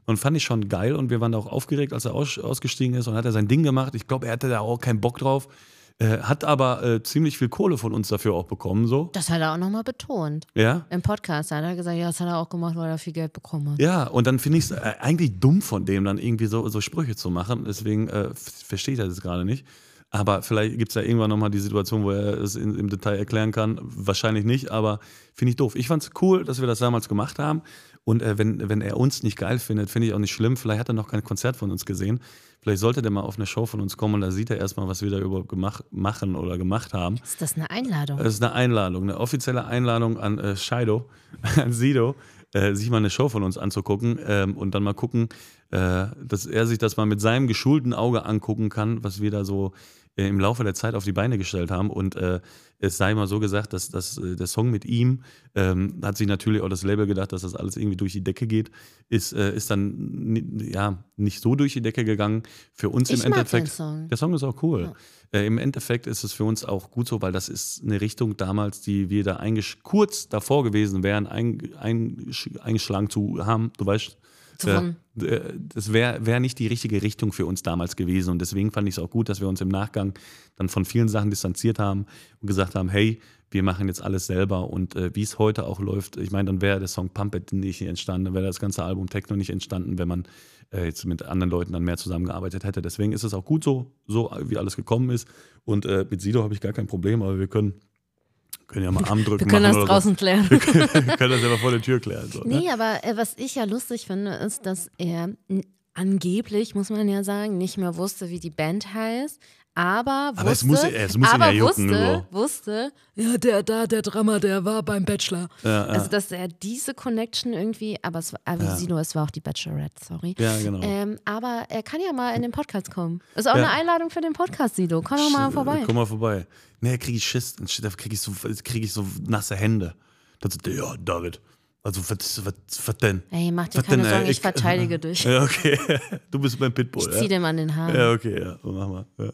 und fand ich schon geil und wir waren da auch aufgeregt, als er aus, ausgestiegen ist und hat er sein Ding gemacht. Ich glaube, er hatte da auch keinen Bock drauf, äh, hat aber äh, ziemlich viel Kohle von uns dafür auch bekommen. So. Das hat er auch nochmal betont. Ja? Im Podcast hat er gesagt, ja, das hat er auch gemacht, weil er viel Geld bekommen hat. Ja, und dann finde ich es äh, eigentlich dumm von dem, dann irgendwie so, so Sprüche zu machen. Deswegen äh, verstehe ich das jetzt gerade nicht. Aber vielleicht gibt es ja irgendwann nochmal die Situation, wo er es in, im Detail erklären kann. Wahrscheinlich nicht, aber finde ich doof. Ich fand es cool, dass wir das damals gemacht haben. Und äh, wenn, wenn er uns nicht geil findet, finde ich auch nicht schlimm. Vielleicht hat er noch kein Konzert von uns gesehen. Vielleicht sollte der mal auf eine Show von uns kommen und da sieht er erstmal, was wir da überhaupt gemacht, machen oder gemacht haben. Ist das eine Einladung? Das ist eine Einladung, eine offizielle Einladung an äh, Shido, an Sido, äh, sich mal eine Show von uns anzugucken ähm, und dann mal gucken, äh, dass er sich das mal mit seinem geschulten Auge angucken kann, was wir da so äh, im Laufe der Zeit auf die Beine gestellt haben. Und äh, es sei mal so gesagt, dass, dass äh, der Song mit ihm, ähm, hat sich natürlich auch das Label gedacht, dass das alles irgendwie durch die Decke geht, ist, äh, ist dann ja nicht so durch die Decke gegangen. Für uns Ich im mag Endeffekt. den Song. Der Song ist auch cool. Ja. Äh, Im Endeffekt ist es für uns auch gut so, weil das ist eine Richtung damals, die wir da eingesch- kurz davor gewesen wären, ein, ein, eingeschlagen zu haben. Du weißt, äh, das wäre wär nicht die richtige Richtung für uns damals gewesen. Und deswegen fand ich es auch gut, dass wir uns im Nachgang dann von vielen Sachen distanziert haben und gesagt haben, hey, wir machen jetzt alles selber. Und äh, wie es heute auch läuft, ich meine, dann wäre der Song Pump It nicht entstanden, dann wäre das ganze Album Techno nicht entstanden, wenn man äh, jetzt mit anderen Leuten dann mehr zusammengearbeitet hätte. Deswegen ist es auch gut so, so wie alles gekommen ist. Und äh, mit Sido habe ich gar kein Problem, aber wir können Können ja mal Arm drücken. Wir können machen das oder draußen so. klären. Wir können, wir können das ja mal vor der Tür klären. So, Nee, ne? aber äh, was ich ja lustig finde, ist, dass er n- angeblich, muss man ja sagen, nicht mehr wusste, wie die Band heißt, aber wusste, Aber es muss- es muss ihn aber ja jucken, wusste, wusste, ja, der da, der Drummer, der war beim Bachelor. Ja, ja. Also, dass er diese Connection irgendwie, aber es war, aber Ja. Sido, es war auch die Bachelorette, sorry. Ja, genau. Ähm, aber er kann ja mal in den Podcast kommen. Ist auch Ja. eine Einladung für den Podcast, Sido. Komm doch mal vorbei. Komm mal vorbei. Nee, kriege ich Schiss. Da kriege ich, so, krieg ich so nasse Hände. Da sagt er, ja, David, also was, was, was denn? Ey, mach dir Was keine denn, Sorgen, ey? ich verteidige dich. Ja, okay. Du bist mein Pitbull. Ich ja? zieh dem an den Haaren. Ja, okay, ja, so machen wir.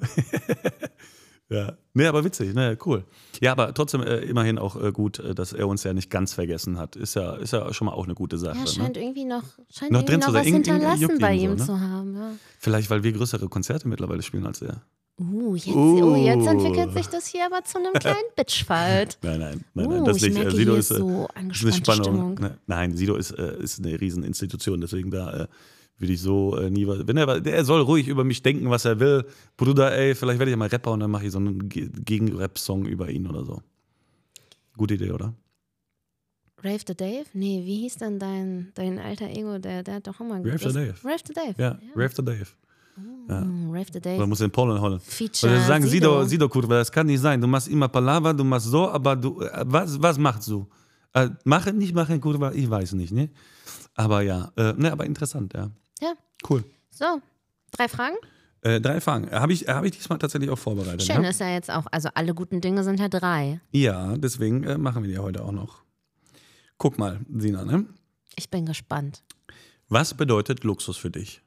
Ja. Ja. Nee, aber witzig, ne, cool. Ja, aber trotzdem äh, immerhin auch äh, gut, äh, dass er uns ja nicht ganz vergessen hat. Ist ja, ist ja schon mal auch eine gute Sache. Ja, scheint Ne? irgendwie noch, scheint Noch irgendwie drin noch zu sein. was Irgend- hinterlassen juckt bei ihn so, ihm ne? zu haben. Ja. Vielleicht, weil wir größere Konzerte mittlerweile spielen als er. Uh, jetzt, Uh. oh, jetzt entwickelt sich das hier aber zu einem kleinen Bitchfight. Nein, nein, nein, Uh, nein das ich nicht. merke, Sido hier ist, ist äh, so ist eine angespannte Spannung. Stimmung. Ne? Nein, Sido ist, äh, ist eine Rieseninstitution, deswegen da äh, würde ich so äh, nie was. Wenn er, der soll ruhig über mich denken, was er will. Bruder, ey, vielleicht werde ich mal Rapper und dann mache ich so einen Ge- Gegen-Rap-Song über ihn oder so. Gute Idee, oder? Rave the Dave? Nee, wie hieß denn dein, dein alter Ego? Der, der hat doch immer Rave the das- Dave. Rave the Dave. Ja, Rave the Dave. Ja. Mm, Rave the Oder Dave. muss in Polen holen. Feature Oder sagen, Sido, Sido. Sido, kurwa, das kann nicht sein. Du machst immer Palaver, du machst so, aber du, äh, was, was machst du? Äh, machen, nicht machen, kurwa, ich weiß nicht, ne? Aber ja, äh, ne, aber interessant, ja. Ja. Cool. So, drei Fragen? Äh, drei Fragen. Habe ich, hab ich diesmal tatsächlich auch vorbereitet. Schön, ja? ist ja jetzt auch, also alle guten Dinge sind ja drei. Ja, deswegen äh, machen wir die heute auch noch. Guck mal, Sina, ne? Ich bin gespannt. Was bedeutet Luxus für dich?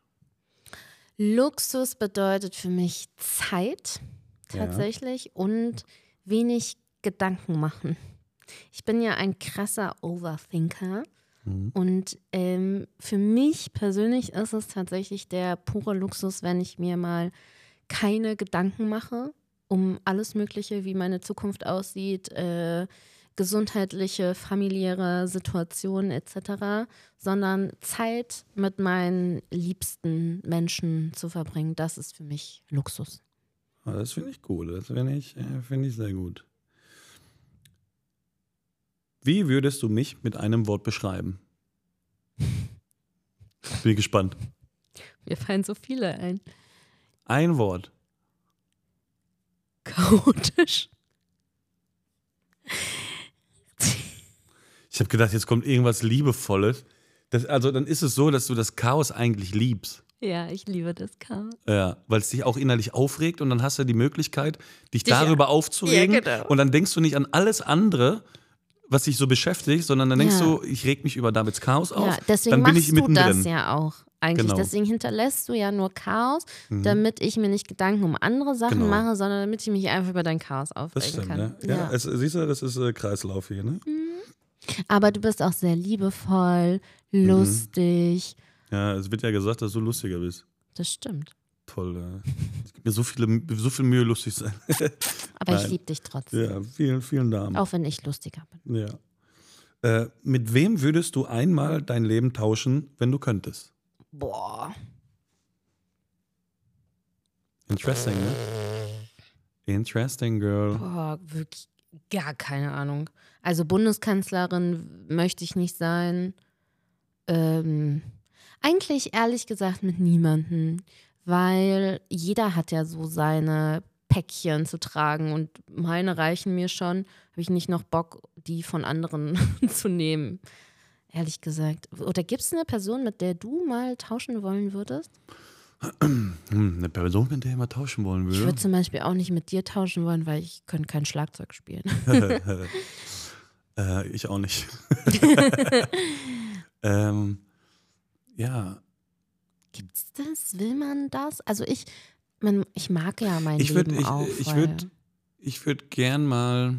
Luxus bedeutet für mich Zeit tatsächlich und wenig Gedanken machen. Ich bin ja ein krasser Overthinker Mhm. und ähm, für mich persönlich ist es tatsächlich der pure Luxus, wenn ich mir mal keine Gedanken mache um alles Mögliche, wie meine Zukunft aussieht, äh, gesundheitliche, familiäre Situationen et cetera, sondern Zeit mit meinen liebsten Menschen zu verbringen, das ist für mich Luxus. Ah, das finde ich cool. Das finde ich, äh, find ich sehr gut. Wie würdest du mich mit einem Wort beschreiben? Bin gespannt. Mir fallen so viele ein. Ein Wort. Chaotisch. Ich habe gedacht, jetzt kommt irgendwas Liebevolles. Das, also dann ist es so, dass du das Chaos eigentlich liebst. Ja, ich liebe das Chaos. Ja, weil es dich auch innerlich aufregt und dann hast du die Möglichkeit, dich Dich- darüber aufzuregen. Ja, genau. Und dann denkst du nicht an alles andere, was dich so beschäftigt, sondern dann denkst Ja. du, ich reg mich über Davids Chaos auf. Ja, deswegen dann bin machst ich du mittendrin. das ja auch eigentlich. Genau. Deswegen hinterlässt du ja nur Chaos, Mhm. damit ich mir nicht Gedanken um andere Sachen Genau. mache, sondern damit ich mich einfach über dein Chaos Das aufregen stimmt, kann. ne? Ja, Ja. Es, siehst du, das ist äh, Kreislauf hier, ne? Aber du bist auch sehr liebevoll, lustig, Ja, es wird ja gesagt, dass du lustiger bist. Das stimmt. Toll. Ja. Es gibt mir so, viele, so viel Mühe, lustig sein. Aber Nein. ich liebe dich trotzdem. Ja, vielen, vielen Dank. Auch wenn ich lustiger bin. Ja. Äh, mit wem würdest du einmal dein Leben tauschen, wenn du könntest? Boah. Interesting, ne? Interesting, girl. Boah, wirklich gar keine Ahnung. Also Bundeskanzlerin möchte ich nicht sein. Ähm, eigentlich ehrlich gesagt mit niemandem, weil jeder hat ja so seine Päckchen zu tragen und meine reichen mir schon. Habe ich nicht noch Bock, die von anderen zu nehmen, ehrlich gesagt. Oder gibt es eine Person, mit der du mal tauschen wollen würdest? Hm, eine Person, mit der ich mal tauschen wollen würde? Ich würde zum Beispiel auch nicht mit dir tauschen wollen, weil ich könnte kein Schlagzeug spielen. äh, ich auch nicht. ähm, ja. Gibt's das? Will man das? Also ich, man, ich mag ja mein Ich würd, Leben ich, auch. Ich weil- würde ich würd gern mal.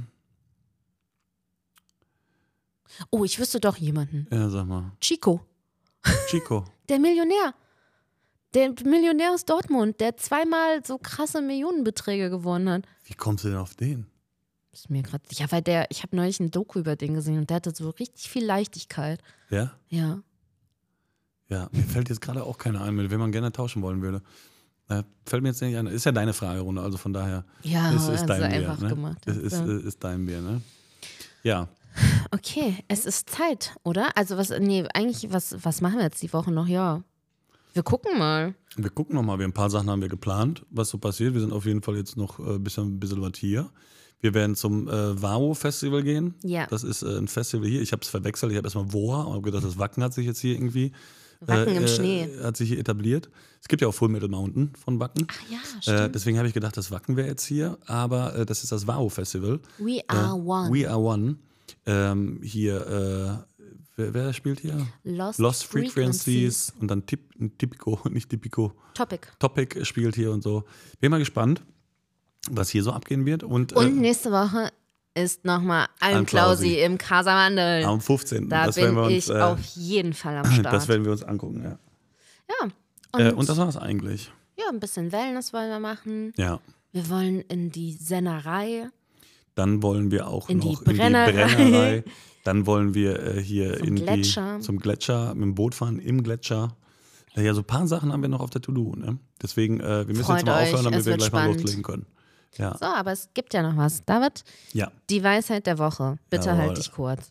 Oh, ich wüsste doch jemanden. Ja, sag mal. Chico, Chico. der Millionär. Der Millionär aus Dortmund, der zweimal so krasse Millionenbeträge gewonnen hat. Wie kommst du denn auf den? Ist mir gerade. Ja, weil der, ich habe neulich ein Doku über den gesehen und der hatte so richtig viel Leichtigkeit. Ja? Ja. Ja, mir fällt jetzt gerade auch keiner ein, mit wem man gerne tauschen wollen würde. Äh, fällt mir jetzt nicht ein. Ist ja deine Fragerunde, also von daher. Ja, ist, ist also dein einfach Bier, ne? gemacht. Ist, ist, ja. ist dein Bier, ne? Ja. Okay, es ist Zeit, oder? Also was, nee, eigentlich, was, was machen wir jetzt die Woche noch? Ja. Wir gucken mal. Wir gucken nochmal, wir ein paar Sachen haben wir geplant, was so passiert. Wir sind auf jeden Fall jetzt noch ein äh, bisschen, bisschen was hier. Wir werden zum äh, WAO-Festival gehen. Ja. Das ist äh, ein Festival hier. Ich habe es verwechselt. Ich habe erstmal WOA und habe gedacht, das Wacken hat sich jetzt hier irgendwie Wacken äh, im äh, Schnee. hat sich hier etabliert. Es gibt ja auch Full Metal Mountain von Wacken. Ach ja, stimmt. Äh, deswegen habe ich gedacht, das Wacken wäre jetzt hier. Aber äh, das ist das WAO-Festival. We are one. We are one. Ähm, hier, äh, wer, wer spielt hier? Lost, Lost Frequencies, Frequencies. und dann Tip, Tipico, nicht Tipico. Topic. Topic spielt hier und so. Bin mal gespannt, was hier so abgehen wird. Und, Und äh, nächste Woche ist nochmal ein Almklausi. Klausi im Casamandel. am fünfzehnten Da das bin werden wir uns, ich äh, auf jeden Fall am Start. das werden wir uns angucken, ja. ja. Und, Äh, und das war's eigentlich. ja, ein bisschen Wellness wollen wir machen. Ja. Wir wollen in die Sennerei. Dann wollen wir auch In die noch Brennerei. in die Brennerei. Dann wollen wir äh, hier Zum in Gletscher. Die, zum Gletscher, mit dem Boot fahren im Gletscher. Äh, ja, so ein paar Sachen haben wir noch auf der To-Do. Ne? Deswegen, äh, wir müssen Freut jetzt mal euch, aufhören, damit es wir wird gleich spannend. mal loslegen können. Ja. So, aber es gibt ja noch was. David, Ja. die Weisheit der Woche. Bitte Jawohl. halt dich kurz.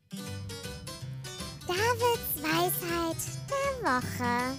Davids Weisheit der Woche.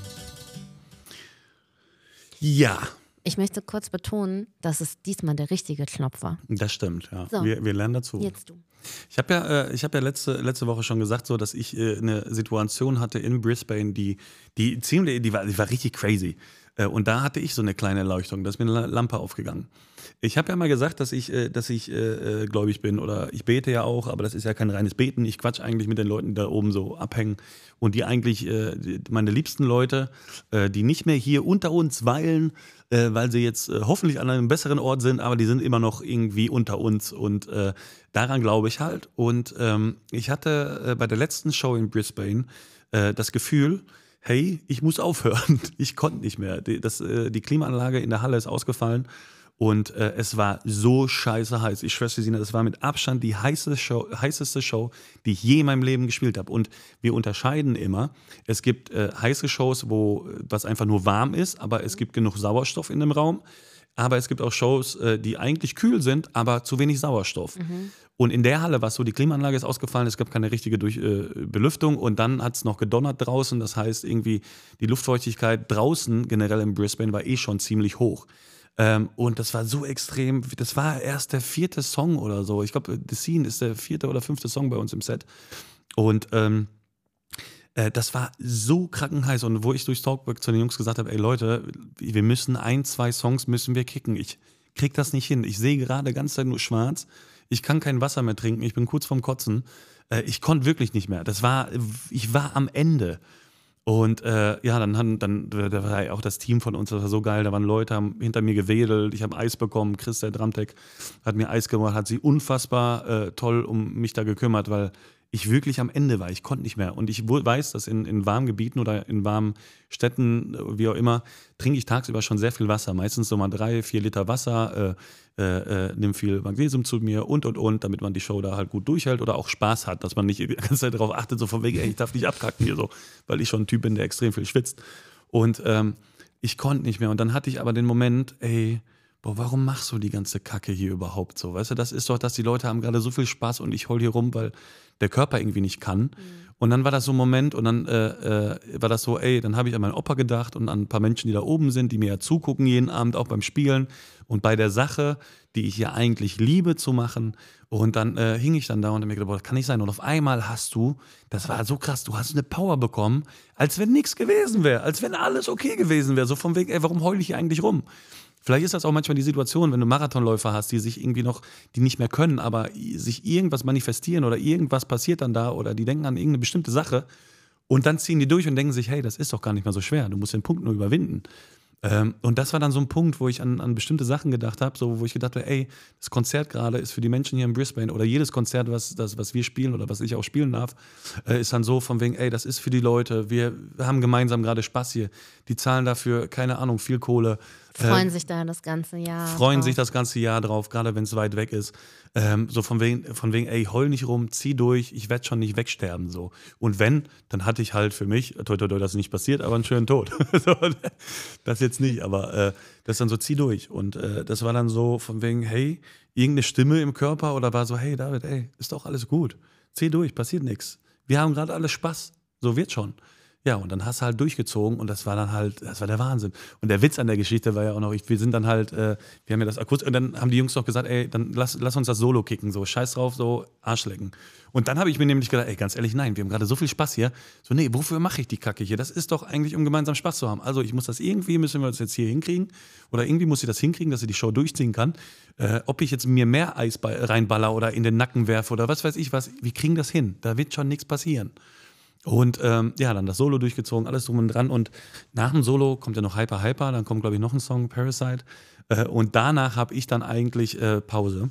Ja, Ich möchte kurz betonen, dass es diesmal der richtige Knopf war. das stimmt. Ja. So. Wir, wir lernen dazu. Jetzt du. Ich habe ja, äh, ich hab ja letzte, letzte Woche schon gesagt, so, dass ich äh, eine Situation hatte in Brisbane, die, die ziemlich, die war, die war richtig crazy. Äh, und da hatte ich so eine kleine Erleuchtung, da ist mir eine Lampe aufgegangen. Ich habe ja mal gesagt, dass ich, äh, dass ich äh, äh, gläubig bin oder ich bete ja auch, aber das ist ja kein reines Beten. Ich quatsch eigentlich mit den Leuten, die da oben so abhängen und die eigentlich, äh, die, meine liebsten Leute, äh, die nicht mehr hier unter uns weilen, äh, weil sie jetzt äh, hoffentlich an einem besseren Ort sind, aber die sind immer noch irgendwie unter uns und äh, daran glaube ich halt. Und ähm, ich hatte äh, bei der letzten Show in Brisbane äh, das Gefühl, hey, ich muss aufhören. Ich konnte nicht mehr. Die, das, äh, die Klimaanlage in der Halle ist ausgefallen und äh, es war so scheiße heiß. Ich schwör's dir, Sina, es war mit Abstand die heißeste Show, heißeste Show, die ich je in meinem Leben gespielt habe. Und wir unterscheiden immer, es gibt äh, heiße Shows, wo was einfach nur warm ist, aber es gibt genug Sauerstoff in dem Raum. Aber es gibt auch Shows, äh, die eigentlich kühl sind, aber zu wenig Sauerstoff. Mhm. Und in der Halle war es so, die Klimaanlage ist ausgefallen, es gab keine richtige Durch, äh, Belüftung und dann hat es noch gedonnert draußen. Das heißt, irgendwie die Luftfeuchtigkeit draußen generell in Brisbane war eh schon ziemlich hoch. Ähm, und das war so extrem, das war erst der vierte Song oder so. Ich glaube, The Scene ist der vierte oder fünfte Song bei uns im Set. Und ähm, äh, das war so krankenheiß. Und wo ich durchs Talkback zu den Jungs gesagt habe, ey Leute, wir müssen ein, zwei Songs müssen wir kicken. Ich krieg das nicht hin. Ich sehe gerade die ganze Zeit nur schwarz. Ich kann kein Wasser mehr trinken. Ich bin kurz vorm Kotzen. Äh, ich konnte wirklich nicht mehr. Das war, ich war am Ende. Und äh, ja, dann, haben, dann da war ja auch das Team von uns, das war so geil, da waren Leute, haben hinter mir gewedelt, ich habe Eis bekommen, Chris, der Drumtech, hat mir Eis gemacht, hat sich unfassbar äh, toll um mich da gekümmert, weil ich wirklich am Ende war. Ich konnte nicht mehr. Und ich wo- weiß, dass in, in warmen Gebieten oder in warmen Städten, äh, wie auch immer, trinke ich tagsüber schon sehr viel Wasser. Meistens so mal drei, vier Liter Wasser, äh, äh, äh, nimm viel Magnesium zu mir und, und, und, damit man die Show da halt gut durchhält oder auch Spaß hat, dass man nicht die ganze Zeit darauf achtet, so von wegen, ey, ich darf nicht abkacken hier so, weil ich schon ein Typ bin, der extrem viel schwitzt. Und ähm, ich konnte nicht mehr. Und dann hatte ich aber den Moment, ey, boah, warum machst du die ganze Kacke hier überhaupt so? Weißt du, das ist doch, dass die Leute haben gerade so viel Spaß und ich heul hier rum, weil der Körper irgendwie nicht kann. Mhm. Und dann war das so ein Moment und dann äh, äh, war das so, ey, dann habe ich an meinen Opa gedacht und an ein paar Menschen, die da oben sind, die mir ja zugucken jeden Abend, auch beim Spielen und bei der Sache, die ich ja eigentlich liebe zu machen. Und dann äh, hing ich dann da und hab mir gedacht, boah, das kann nicht sein. Und auf einmal hast du, das war so krass, du hast eine Power bekommen, als wenn nichts gewesen wäre, als wenn alles okay gewesen wäre. So von wegen, ey, warum heule ich hier eigentlich rum? Vielleicht ist das auch manchmal die Situation, wenn du Marathonläufer hast, die sich irgendwie noch, die nicht mehr können, aber sich irgendwas manifestieren oder irgendwas passiert dann da oder die denken an irgendeine bestimmte Sache und dann ziehen die durch und denken sich, hey, das ist doch gar nicht mehr so schwer, du musst den Punkt nur überwinden. Ähm, und das war dann so ein Punkt, wo ich an, an bestimmte Sachen gedacht habe, so, wo ich gedacht habe, ey, das Konzert gerade ist für die Menschen hier in Brisbane oder jedes Konzert, was, das, was wir spielen oder was ich auch spielen darf, äh, ist dann so von wegen, ey, das ist für die Leute, wir haben gemeinsam gerade Spaß hier, die zahlen dafür, keine Ahnung, viel Kohle. Freuen äh, sich da das ganze Jahr Freuen drauf. sich das ganze Jahr drauf, gerade wenn es weit weg ist. Ähm, so von wegen, von wegen, ey, heul nicht rum, zieh durch, ich werde schon nicht wegsterben. So. Und wenn, dann hatte ich halt für mich, toi, toi, toi, das ist nicht passiert, aber einen schönen Tod. So, das jetzt nicht, aber äh, das dann so, zieh durch. Und äh, das war dann so von wegen, hey, irgendeine Stimme im Körper oder war so, hey David, ey, ist doch alles gut. Zieh durch, passiert nichts. Wir haben gerade alle Spaß. So wird schon. Ja, und dann hast du halt durchgezogen und das war dann halt, das war der Wahnsinn. Und der Witz an der Geschichte war ja auch noch, ich, wir sind dann halt, äh, wir haben ja das Akustik, und dann haben die Jungs noch gesagt, ey, dann lass, lass uns das Solo kicken, so scheiß drauf, so Arsch lecken. Und dann habe ich mir nämlich gedacht, ey, ganz ehrlich, nein, wir haben gerade so viel Spaß hier. So, nee, wofür mache ich die Kacke hier? Das ist doch eigentlich, um gemeinsam Spaß zu haben. Also ich muss das irgendwie, müssen wir das jetzt hier hinkriegen oder irgendwie muss ich das hinkriegen, dass ich die Show durchziehen kann. Äh, ob ich jetzt mir mehr Eis bei, reinballer oder in den Nacken werfe oder was weiß ich was, wir kriegen das hin. Da wird schon nichts passieren. Und ähm, ja, dann das Solo durchgezogen, alles drum und dran. Und nach dem Solo kommt ja noch Hyper Hyper, dann kommt, glaube ich, noch ein Song, Parasite. Äh, und danach habe ich dann eigentlich äh, Pause,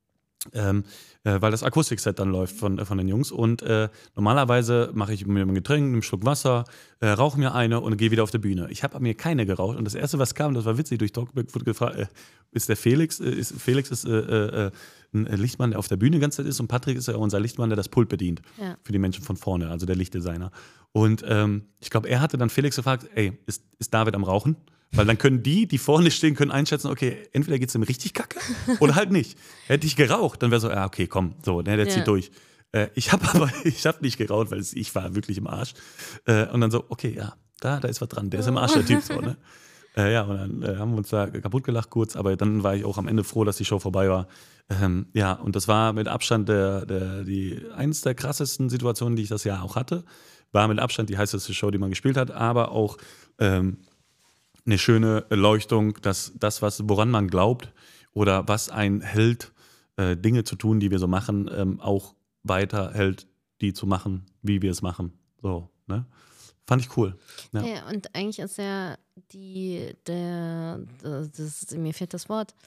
ähm, äh, weil das Akustikset dann läuft von, äh, von den Jungs. Und äh, normalerweise mache ich mir ein Getränk, einen Schluck Wasser, äh, rauche mir eine und gehe wieder auf die Bühne. Ich habe mir keine geraucht. Und das Erste, was kam, das war witzig, durch Talkback wurde gefragt, äh, ist der Felix, äh, ist, Felix ist äh, äh, ein Lichtmann, der auf der Bühne die ganze Zeit ist und Patrick ist ja unser Lichtmann, der das Pult bedient Ja. für die Menschen von vorne, also der Lichtdesigner. Und ähm, ich glaube, er hatte dann Felix gefragt, ey, ist, ist David am Rauchen? Weil dann können die, die vorne stehen, können einschätzen, okay, entweder geht es ihm richtig kacke oder halt nicht. Hätte ich geraucht, dann wäre so, ja, okay, komm, so, der, der Ja. zieht durch. Äh, ich habe aber, ich habe nicht geraucht, weil ich war wirklich im Arsch. Äh, und dann so, okay, ja, da, da ist was dran, der ist im Arsch, der Typ so, ne? Äh, ja, und dann äh, haben wir uns da kaputt gelacht kurz, aber dann war ich auch am Ende froh, dass die Show vorbei war. Ähm, ja, und das war mit Abstand der, der, die, eins der krassesten Situationen, die ich das Jahr auch hatte. War mit Abstand die heißeste Show, die man gespielt hat, aber auch ähm, eine schöne Erleuchtung, dass das, was, woran man glaubt oder was einen hält, äh, Dinge zu tun, die wir so machen, ähm, auch weiter hält, die zu machen, wie wir es machen. So, ne? Fand ich cool. Ja. Ja, und eigentlich ist ja die, der, das, das, mir fehlt das Wort.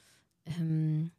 Ähm,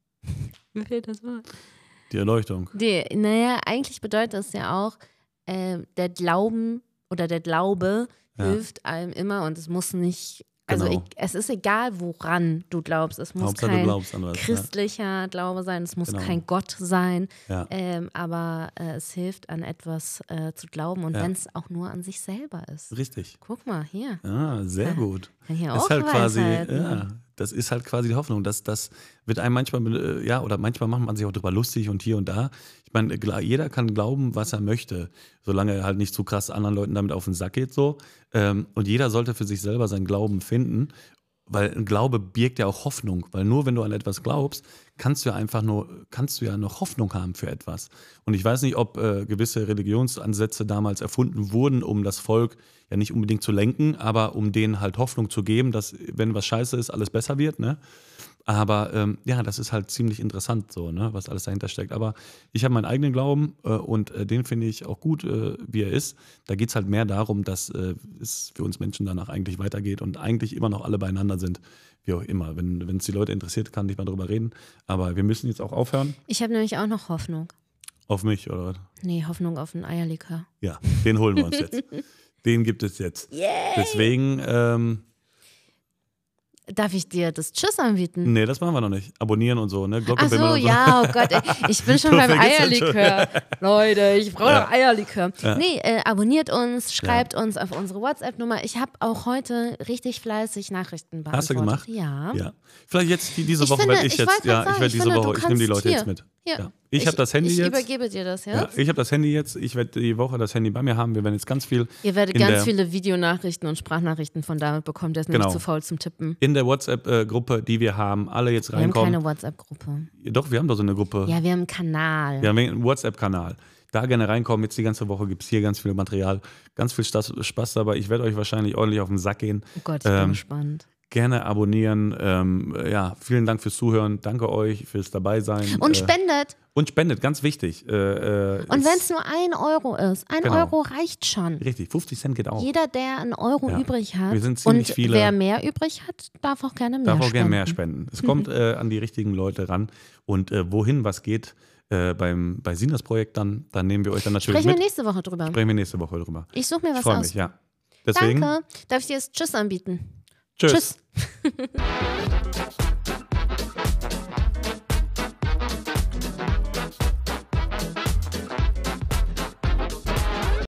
mir fehlt das Wort. Die Erleuchtung. Die, naja, eigentlich bedeutet es ja auch, äh, der Glauben oder der Glaube Ja. hilft einem immer und es muss nicht, also Genau. ich, es ist egal, woran du glaubst. Es muss Hauptsache, du kein glaubst an was. Ja. christlicher Glaube sein, es muss Genau. kein Gott sein, Ja. ähm, aber äh, es hilft, an etwas äh, zu glauben und Ja. wenn es auch nur an sich selber ist. Richtig. Guck mal, hier. Ah, sehr Ja. gut. Kann hier Das auch ist halt quasi, Weisheiten. ja, das ist halt quasi die Hoffnung. Das, das wird einem manchmal, äh, ja, oder manchmal macht man sich auch drüber lustig und hier und da. Ich meine, gla- jeder kann glauben, was er möchte, solange er halt nicht zu krass anderen Leuten damit auf den Sack geht. So. Ähm, und jeder sollte für sich selber seinen Glauben finden, weil ein Glaube birgt ja auch Hoffnung. Weil nur wenn du an etwas glaubst, kannst du ja einfach nur, kannst du ja noch Hoffnung haben für etwas. Und ich weiß nicht, ob äh, gewisse Religionsansätze damals erfunden wurden, um das Volk ja nicht unbedingt zu lenken, aber um denen halt Hoffnung zu geben, dass, wenn was scheiße ist, alles besser wird, ne? Aber ähm, ja, das ist halt ziemlich interessant, so, ne, was alles dahinter steckt. Aber ich habe meinen eigenen Glauben äh, und äh, den finde ich auch gut, äh, wie er ist. Da geht es halt mehr darum, dass äh, es für uns Menschen danach eigentlich weitergeht und eigentlich immer noch alle beieinander sind, wie auch immer. Wenn es die Leute interessiert, kann ich mal drüber reden. Aber wir müssen jetzt auch aufhören. Ich habe nämlich auch noch Hoffnung. Auf mich, oder was? Nee, Hoffnung auf ein Eierlikör. Ja, den holen wir uns jetzt. Den gibt es jetzt. Yay. Deswegen, ähm, darf ich dir das Tschüss anbieten? nee, das machen wir noch nicht. Abonnieren und so, ne? Glocke Ach so, bimmeln und so. ja, oh Gott, ey, ich bin schon Du beim vergisst das schon. Eierlikör. Leute, ich brauche Ja. noch Eierlikör. Ja. Nee, äh, abonniert uns, schreibt uns auf unsere WhatsApp-Nummer. Ich habe auch heute richtig fleißig Nachrichten beantwortet. Hast du gemacht? Ja. Ja. Vielleicht jetzt die, diese Ich Woche finde, werde ich ich jetzt, wollte ja, gerade ich sagen, werde ich diese finde, Woche, du ich nehme die kannst Leute jetzt hier. mit. Ja. Ja. Ich, habe das Handy ich jetzt. Ich übergebe dir das jetzt. Ja, ich habe das Handy jetzt. Ich werde die Woche das Handy bei mir haben. Wir werden jetzt ganz viel Ihr werdet in ganz der, viele Videonachrichten und Sprachnachrichten von David bekommen. Der ist Genau. nämlich zu faul zum Tippen. in der WhatsApp-Gruppe, die wir haben, alle jetzt Wir haben reinkommen. keine WhatsApp-Gruppe. Doch, wir haben doch so eine Gruppe. Ja, wir haben einen Kanal. Wir haben einen WhatsApp-Kanal. Da gerne reinkommen. Jetzt die ganze Woche gibt es hier ganz viel Material. Ganz viel Spaß dabei. Ich werde euch wahrscheinlich ordentlich auf den Sack gehen. Oh Gott, ich bin Ähm, gespannt. Gerne abonnieren. Ähm, ja, vielen Dank fürs Zuhören. Danke euch fürs Dabeisein. Und äh, spendet. Und spendet, ganz wichtig. Äh, äh, Und es- wenn es nur ein Euro ist, ein Genau. Euro reicht schon. Richtig, fünfzig Cent geht auch. Jeder, der einen Euro Ja. übrig hat Wir sind ziemlich und viele- wer mehr übrig hat, darf auch gerne mehr Darf auch spenden. gerne mehr spenden. Es kommt äh, an die richtigen Leute ran. Und äh, wohin was geht äh, beim, bei Sinas Projekt dann, dann nehmen wir euch dann natürlich Sprechen wir mit. nächste Woche drüber. Sprechen wir nächste Woche drüber. Ich suche mir Ich was freue aus. mich, ja. Deswegen, Danke. Darf ich dir jetzt Tschüss anbieten? tschüss. Tschüss.